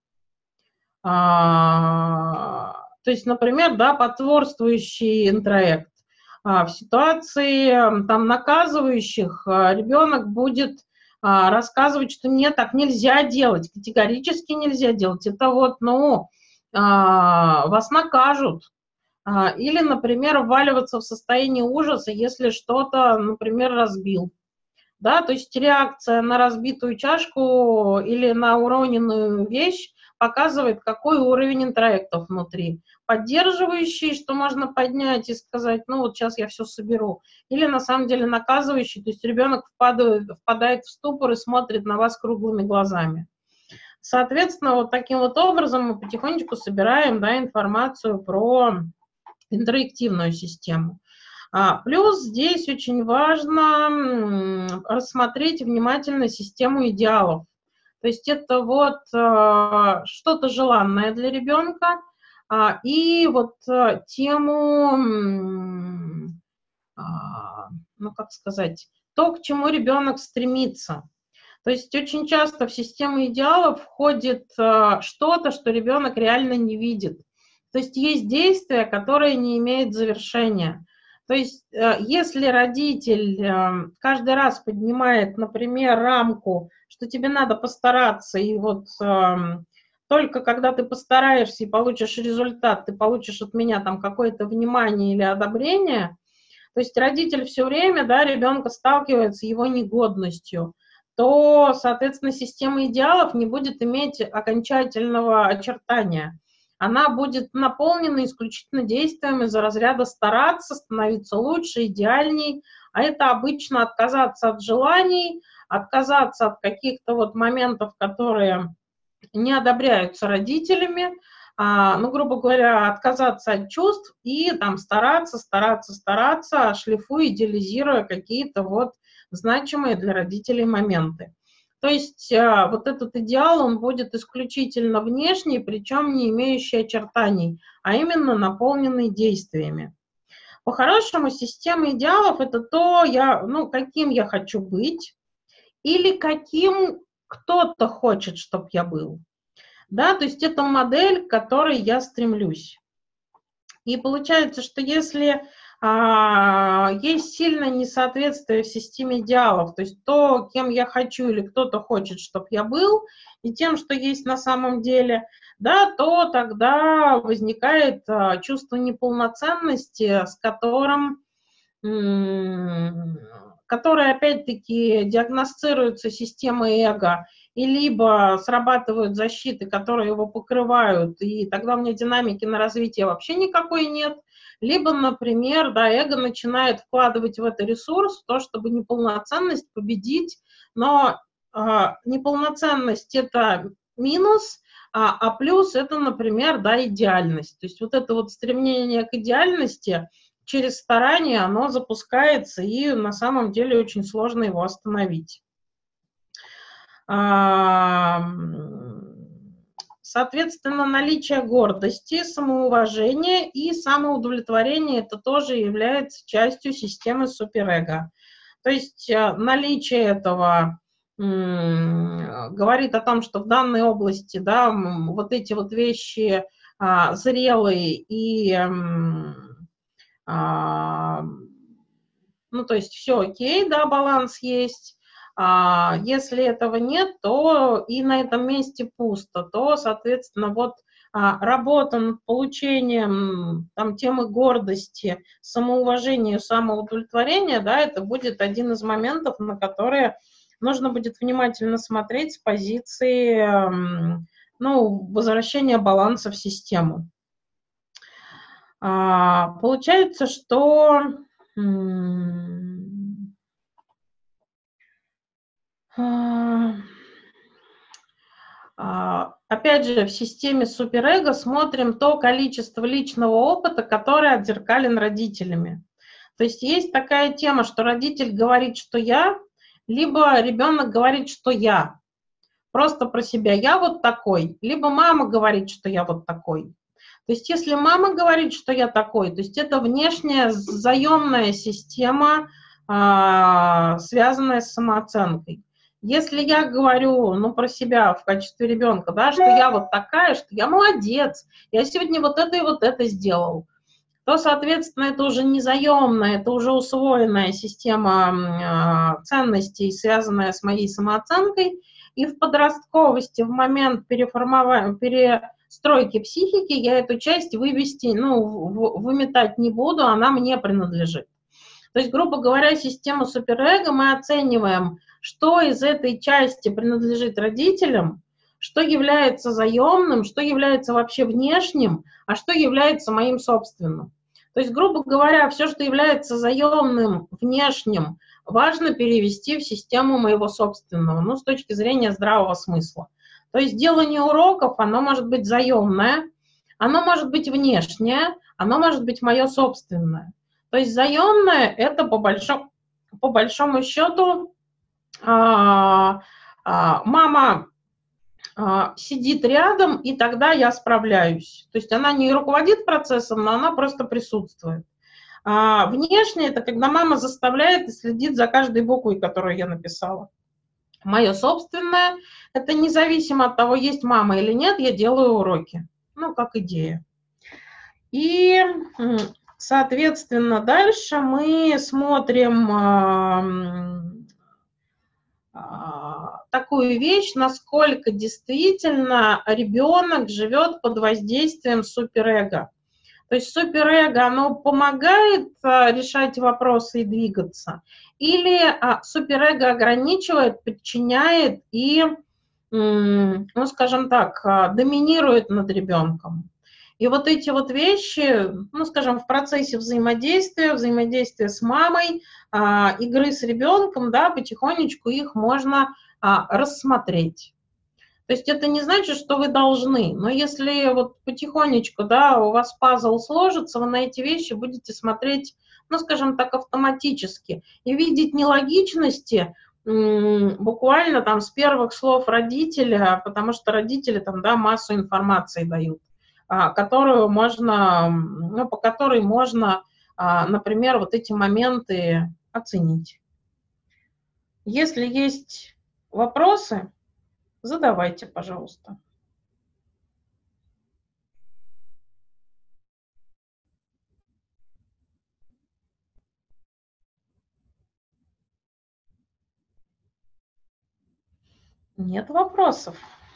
А, то есть, например, да, потворствующий интроект. А, в ситуации там наказывающих ребенок будет а, рассказывать, что нет, так нельзя делать, категорически нельзя делать. Это вот, ну, а, вас накажут. Или, например, вваливаться в состояние ужаса, если что-то, например, разбил. Да, то есть реакция на разбитую чашку или на уроненную вещь показывает, какой уровень интроектов внутри. Поддерживающий, что можно поднять и сказать, ну вот сейчас я все соберу. Или на самом деле наказывающий, то есть ребенок впадает, впадает в ступор и смотрит на вас круглыми глазами. Соответственно, вот таким вот образом мы потихонечку собираем, да, информацию про интерактивную систему. А, плюс здесь очень важно рассмотреть внимательно систему идеалов. То есть это вот э, что-то желанное для ребенка, а, и вот э, тему, м, а, ну как сказать, то, к чему ребенок стремится. То есть очень часто в систему идеалов входит э, что-то, что ребенок реально не видит. То есть есть действия, которые не имеют завершения. То есть э, если родитель э, каждый раз поднимает, например, рамку, что тебе надо постараться, и вот э, только когда ты постараешься и получишь результат, ты получишь от меня там какое-то внимание или одобрение, то есть родитель все время, да, ребенка сталкивает с его негодностью, то, соответственно, система идеалов не будет иметь окончательного очертания. Она будет наполнена исключительно действиями из разряда стараться, становиться лучше, идеальней, а это обычно отказаться от желаний, отказаться от каких-то вот моментов, которые не одобряются родителями, а, ну, грубо говоря, отказаться от чувств и там стараться, стараться, стараться, шлифуя, идеализируя какие-то вот значимые для родителей моменты. То есть а, вот этот идеал, он будет исключительно внешний, причем не имеющий очертаний, а именно наполненный действиями. По-хорошему, система идеалов – это то, я, ну, каким я хочу быть или каким кто-то хочет, чтобы я был. Да, то есть это модель, к которой я стремлюсь. И получается, что если а, есть сильное несоответствие в системе идеалов, то есть то, кем я хочу или кто-то хочет, чтобы я был, и тем, что есть на самом деле, да, то тогда возникает а, чувство неполноценности, с которым, м- которое опять-таки диагностируется системой эго, и либо срабатывают защиты, которые его покрывают, и тогда у меня динамики на развитие вообще никакой нет, либо, например, да, эго начинает вкладывать в это ресурс, то, чтобы неполноценность победить, но э, неполноценность – это минус, а, а плюс – это, например, да, идеальность. То есть вот это вот стремление к идеальности через старание, оно запускается, и на самом деле очень сложно его остановить. Соответственно, наличие гордости, самоуважения и самоудовлетворения – это тоже является частью системы суперэго. То есть наличие этого м, говорит о том, что в данной области, да, вот эти вот вещи а, зрелые и а, ну, то есть все окей, да, баланс есть. А если этого нет, то и на этом месте пусто, то, соответственно, вот а, работа над получением там, темы гордости, самоуважения, самоудовлетворения, да, это будет один из моментов, на которые нужно будет внимательно смотреть с позиции ну, возвращения баланса в систему. А, получается, что опять же, в системе суперэго смотрим то количество личного опыта, которое отзеркален родителями. То есть есть такая тема, что родитель говорит, что я, либо ребенок говорит, что я. Просто про себя я вот такой, либо мама говорит, что я вот такой. То есть если мама говорит, что я такой, то есть это внешняя заемная система, связанная с самооценкой. Если я говорю, ну, про себя в качестве ребенка, да, что я вот такая, что я молодец, я сегодня вот это и вот это сделал, то, соответственно, это уже не заемная, это уже усвоенная система э, ценностей, связанная с моей самооценкой. И в подростковости, в момент переформования, перестройки психики, я эту часть вывести, ну, выметать не буду, она мне принадлежит. То есть, грубо говоря, систему суперэго мы оцениваем, что из этой части принадлежит родителям, что является заемным, что является вообще внешним, а что является моим собственным. То есть, грубо говоря, все, что является заемным, внешним, важно перевести в систему моего собственного, ну, с точки зрения здравого смысла. То есть делание уроков, оно может быть заемное, оно может быть внешнее, оно может быть мое собственное. То есть заемное – это по большому, по большому счету а, а, мама а, сидит рядом, и тогда я справляюсь. То есть она не руководит процессом, но она просто присутствует. А внешне это когда мама заставляет и следит за каждой буквой, которую я написала. Мое собственное, это независимо от того, есть мама или нет, я делаю уроки. Ну, как идея. И, соответственно, дальше мы смотрим такую вещь, насколько действительно ребенок живет под воздействием суперэго. То есть суперэго, оно помогает решать вопросы и двигаться, или суперэго ограничивает, подчиняет и, ну, скажем так, доминирует над ребенком. И вот эти вот вещи, ну, скажем, в процессе взаимодействия, взаимодействия с мамой, а, игры с ребенком, да, потихонечку их можно а, рассмотреть. То есть это не значит, что вы должны, но если вот потихонечку, да, у вас пазл сложится, вы на эти вещи будете смотреть, ну, скажем так, автоматически и видеть нелогичности буквально там с первых слов родителя, потому что родители там, да, массу информации дают, которую можно, ну, по которой можно, например, вот эти моменты оценить. Если есть вопросы, задавайте, пожалуйста. Нет вопросов.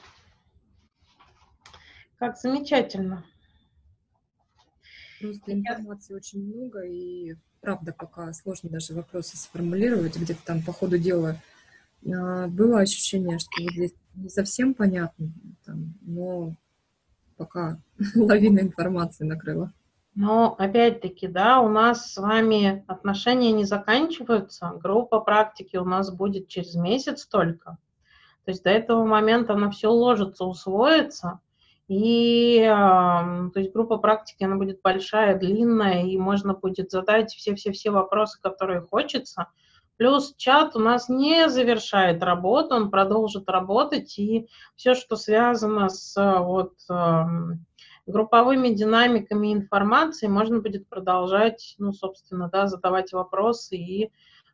Как замечательно. Просто информации очень много, и правда пока сложно даже вопросы сформулировать, где-то там по ходу дела было ощущение, что вот здесь не совсем понятно, там, но пока лавина информации накрыла. Но опять-таки, да, у нас с вами отношения не заканчиваются, группа практики у нас будет через месяц только. То есть до этого момента она все уложится, усвоится. И то есть группа практики, она будет большая, длинная, и можно будет задать все-все-все вопросы, которые хочется. Плюс чат у нас не завершает работу, он продолжит работать, и все, что связано с вот, групповыми динамиками информации, можно будет продолжать, ну, собственно, да, задавать вопросы и,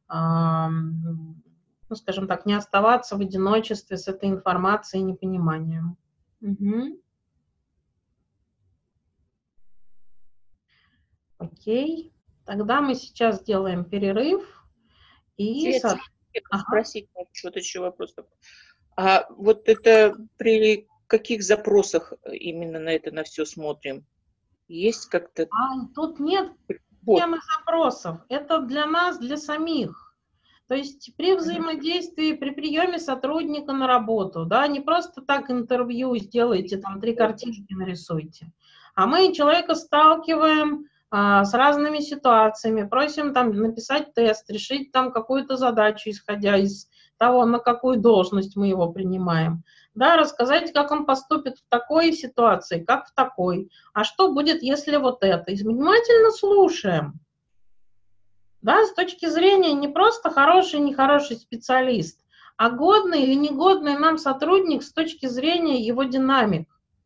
ну, скажем так, не оставаться в одиночестве с этой информацией и непониманием. Угу. Окей. Тогда мы сейчас сделаем перерыв. И Свет, ага. Спросить вот еще вопрос такой. А вот это при каких запросах именно на это на все смотрим? Есть как-то? А, тут нет вот. темы запросов. Это для нас, для самих. То есть при взаимодействии, при приеме сотрудника на работу, да, не просто так интервью сделайте, там три картинки нарисуйте, а мы человека сталкиваем а, с разными ситуациями, просим там написать тест, решить там какую-то задачу, исходя из того, на какую должность мы его принимаем, да, рассказать, как он поступит в такой ситуации, как в такой, а что будет, если вот это. И внимательно слушаем. Да, с точки зрения не просто хороший, нехороший специалист, а годный или негодный нам сотрудник с точки зрения его динамик.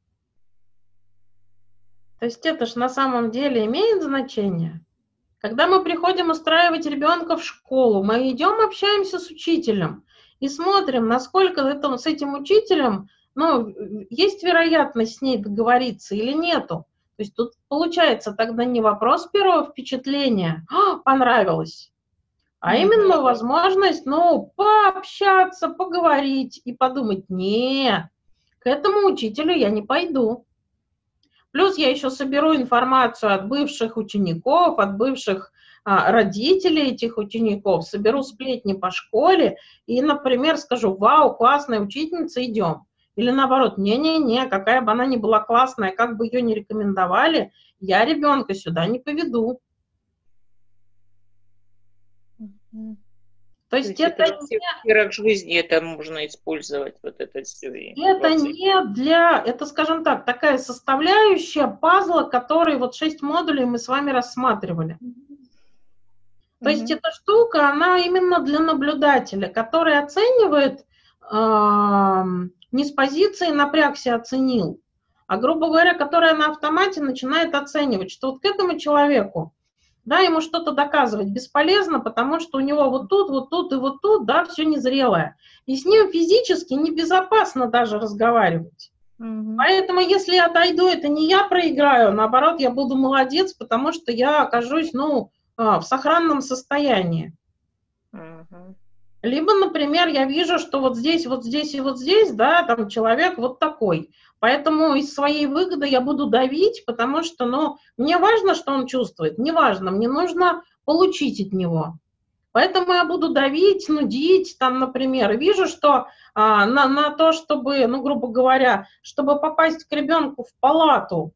То есть это же на самом деле имеет значение. Когда мы приходим устраивать ребенка в школу, мы идем, общаемся с учителем и смотрим, насколько это, с этим учителем, ну, есть вероятность с ней договориться или нету. То есть тут получается тогда не вопрос первого впечатления, а, понравилось, а именно возможность, ну, пообщаться, поговорить и подумать, не, к этому учителю я не пойду. Плюс я еще соберу информацию от бывших учеников, от бывших а, родителей этих учеников, соберу сплетни по школе и, например, скажу, вау, классная учительница, идем. Или наоборот, не-не-не, какая бы она ни была классная, как бы ее ни рекомендовали, я ребенка сюда не поведу. Mm-hmm. То есть, То есть это, это не... в сферах жизни это можно использовать, вот это все. Это не для, это, скажем так, такая составляющая пазла, который вот шесть модулей мы с вами рассматривали. Mm-hmm. То есть эта штука, она именно для наблюдателя, который оценивает э, не с позиции напрягся, оценил, а, грубо говоря, которая на автомате начинает оценивать, что вот к этому человеку, да, ему что-то доказывать бесполезно, потому что у него вот тут, вот тут и вот тут, да, все незрелое. И с ним физически небезопасно даже разговаривать. Mm-hmm. Поэтому если я отойду, это не я проиграю, наоборот, я буду молодец, потому что я окажусь, ну, в сохранном состоянии. Mm-hmm. Либо, например, я вижу, что вот здесь, вот здесь и вот здесь, да, там человек вот такой. Поэтому из своей выгоды я буду давить, потому что, ну, мне важно, что он чувствует, не важно, мне нужно получить от него. Поэтому я буду давить, нудить, там, например, и вижу, что а, на, на то, чтобы, ну, грубо говоря, чтобы попасть к ребенку в палату,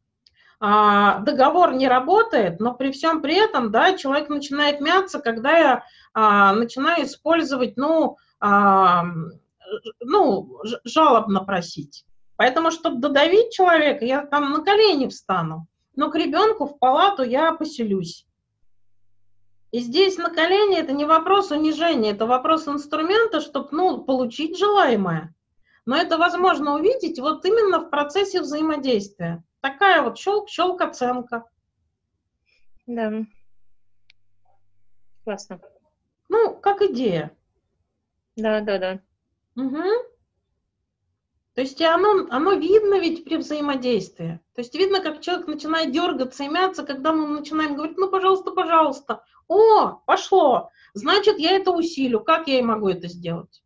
а, договор не работает, но при всем при этом, да, человек начинает мяться, когда я а, начинаю использовать, ну, а, ну, жалобно просить. Поэтому, чтобы додавить человека, я там на колени встану, но к ребенку в палату я поселюсь. И здесь на колени это не вопрос унижения, это вопрос инструмента, чтобы, ну, получить желаемое. Но это возможно увидеть вот именно в процессе взаимодействия. Такая вот щелк-щелк оценка. Да. Классно. Ну, как идея. Да, да, да. Угу. То есть и оно, оно видно ведь при взаимодействии. То есть видно, как человек начинает дергаться и мяться, когда мы начинаем говорить, ну, пожалуйста, пожалуйста. О, пошло. Значит, я это усилю. Как я и могу это сделать?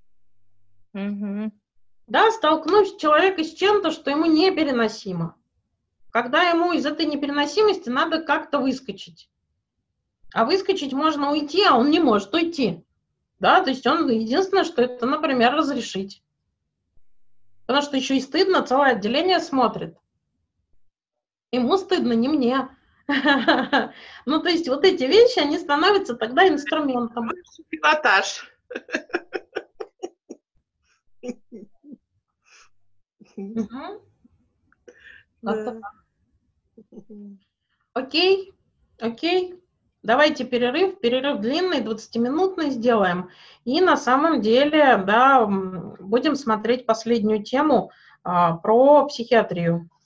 Угу. Да, столкнусь человека с чем-то, что ему непереносимо. Когда ему из этой непереносимости надо как-то выскочить. А выскочить можно уйти, а он не может уйти. Да, то есть он единственное, что это, например, разрешить. Потому что еще и стыдно, целое отделение смотрит. Ему стыдно, не мне. Ну, то есть вот эти вещи, они становятся тогда инструментом. Пилотаж. Окей, окей. Давайте перерыв, перерыв длинный, двадцатиминутный сделаем. И на самом деле, да, будем смотреть последнюю тему а, про психиатрию.